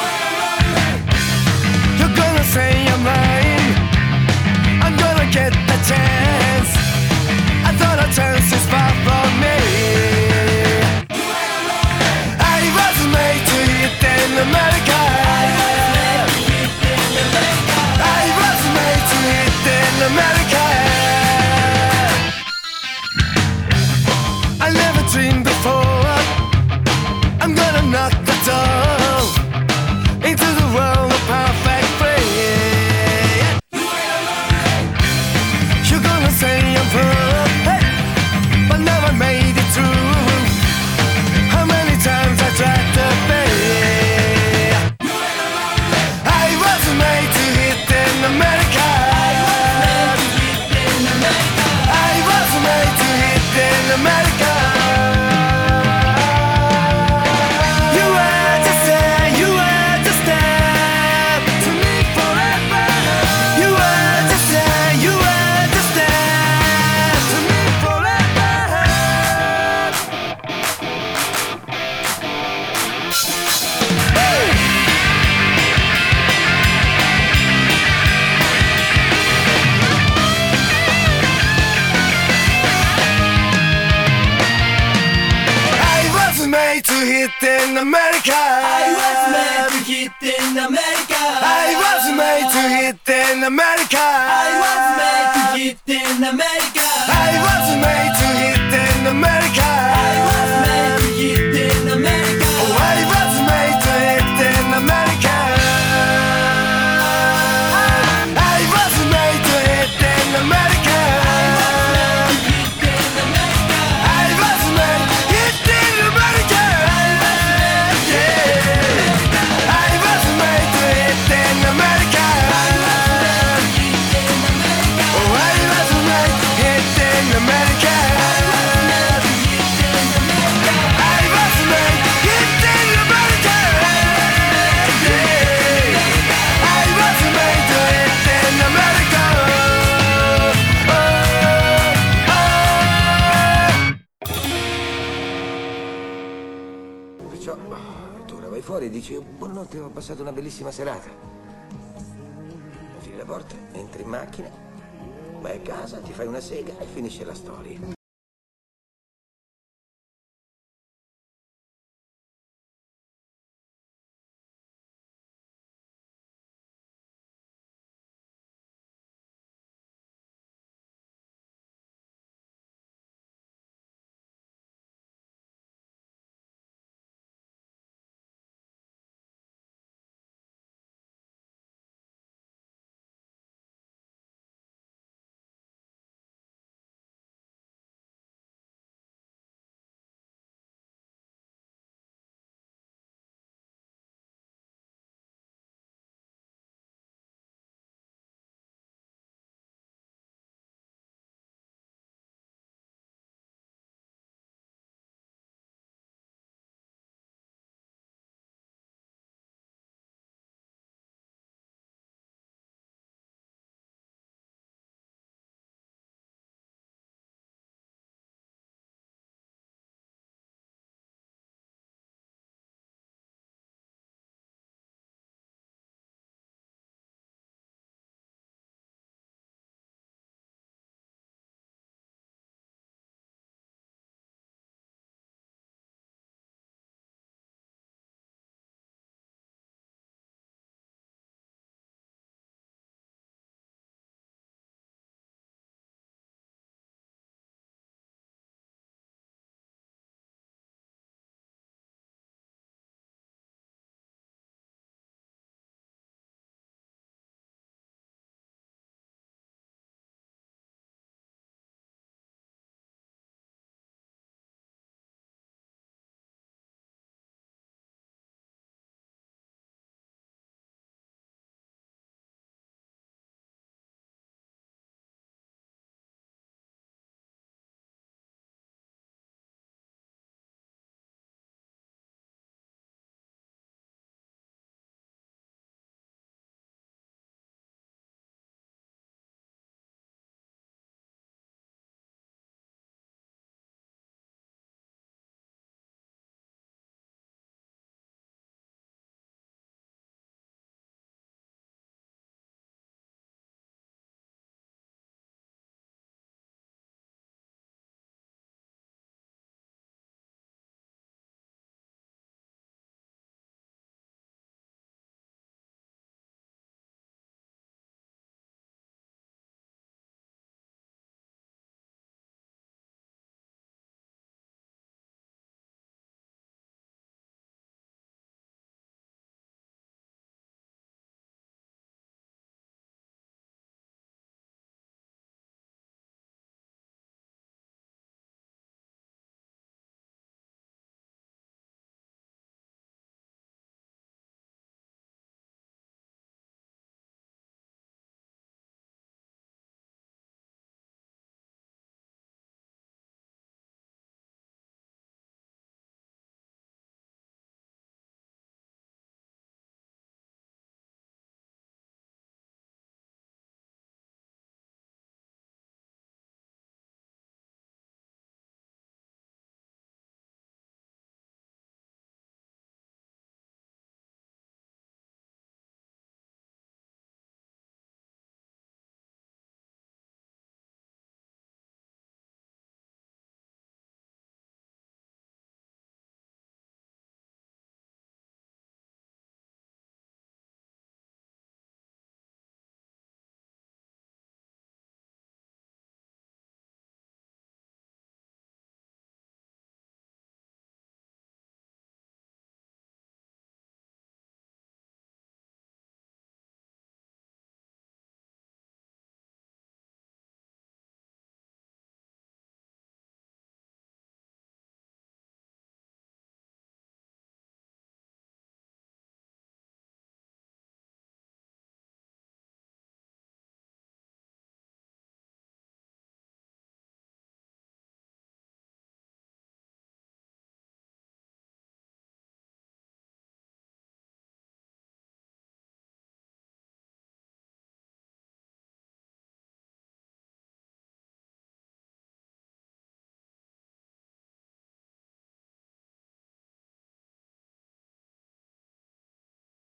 You're gonna say I'm lying, I'm gonna get the chance. I thought a chance is far from me. I was made to hit in America. I was made to hit in America. I never dreamed before I'm gonna knock the door into the world of perfect free. You're gonna say I'm fool, hey, but now I made it through. How many times I tried to be? I was made to hit in America. I was made to hit in America. You had to say, you had to step to me forever. You had to say, you had to step to me forever. I was made to hit in America. I was made to hit in America. I was made to hit in America. I was made to hit in America. I was made to hit in America. I was made to hit in America. Oh, I was made to hit in America. I was made to hit in America. I was made to hit in America. Yeah. I was made to hit in America. Oh, I was made to hit in America. I was made to hit in America. Yeah. I was made to hit in America. Perciò tu ora vai fuori e dici buonanotte, ho passato una bellissima serata. Chiudi la porta, entri in macchina, vai a casa, ti fai una sega e finisce la storia.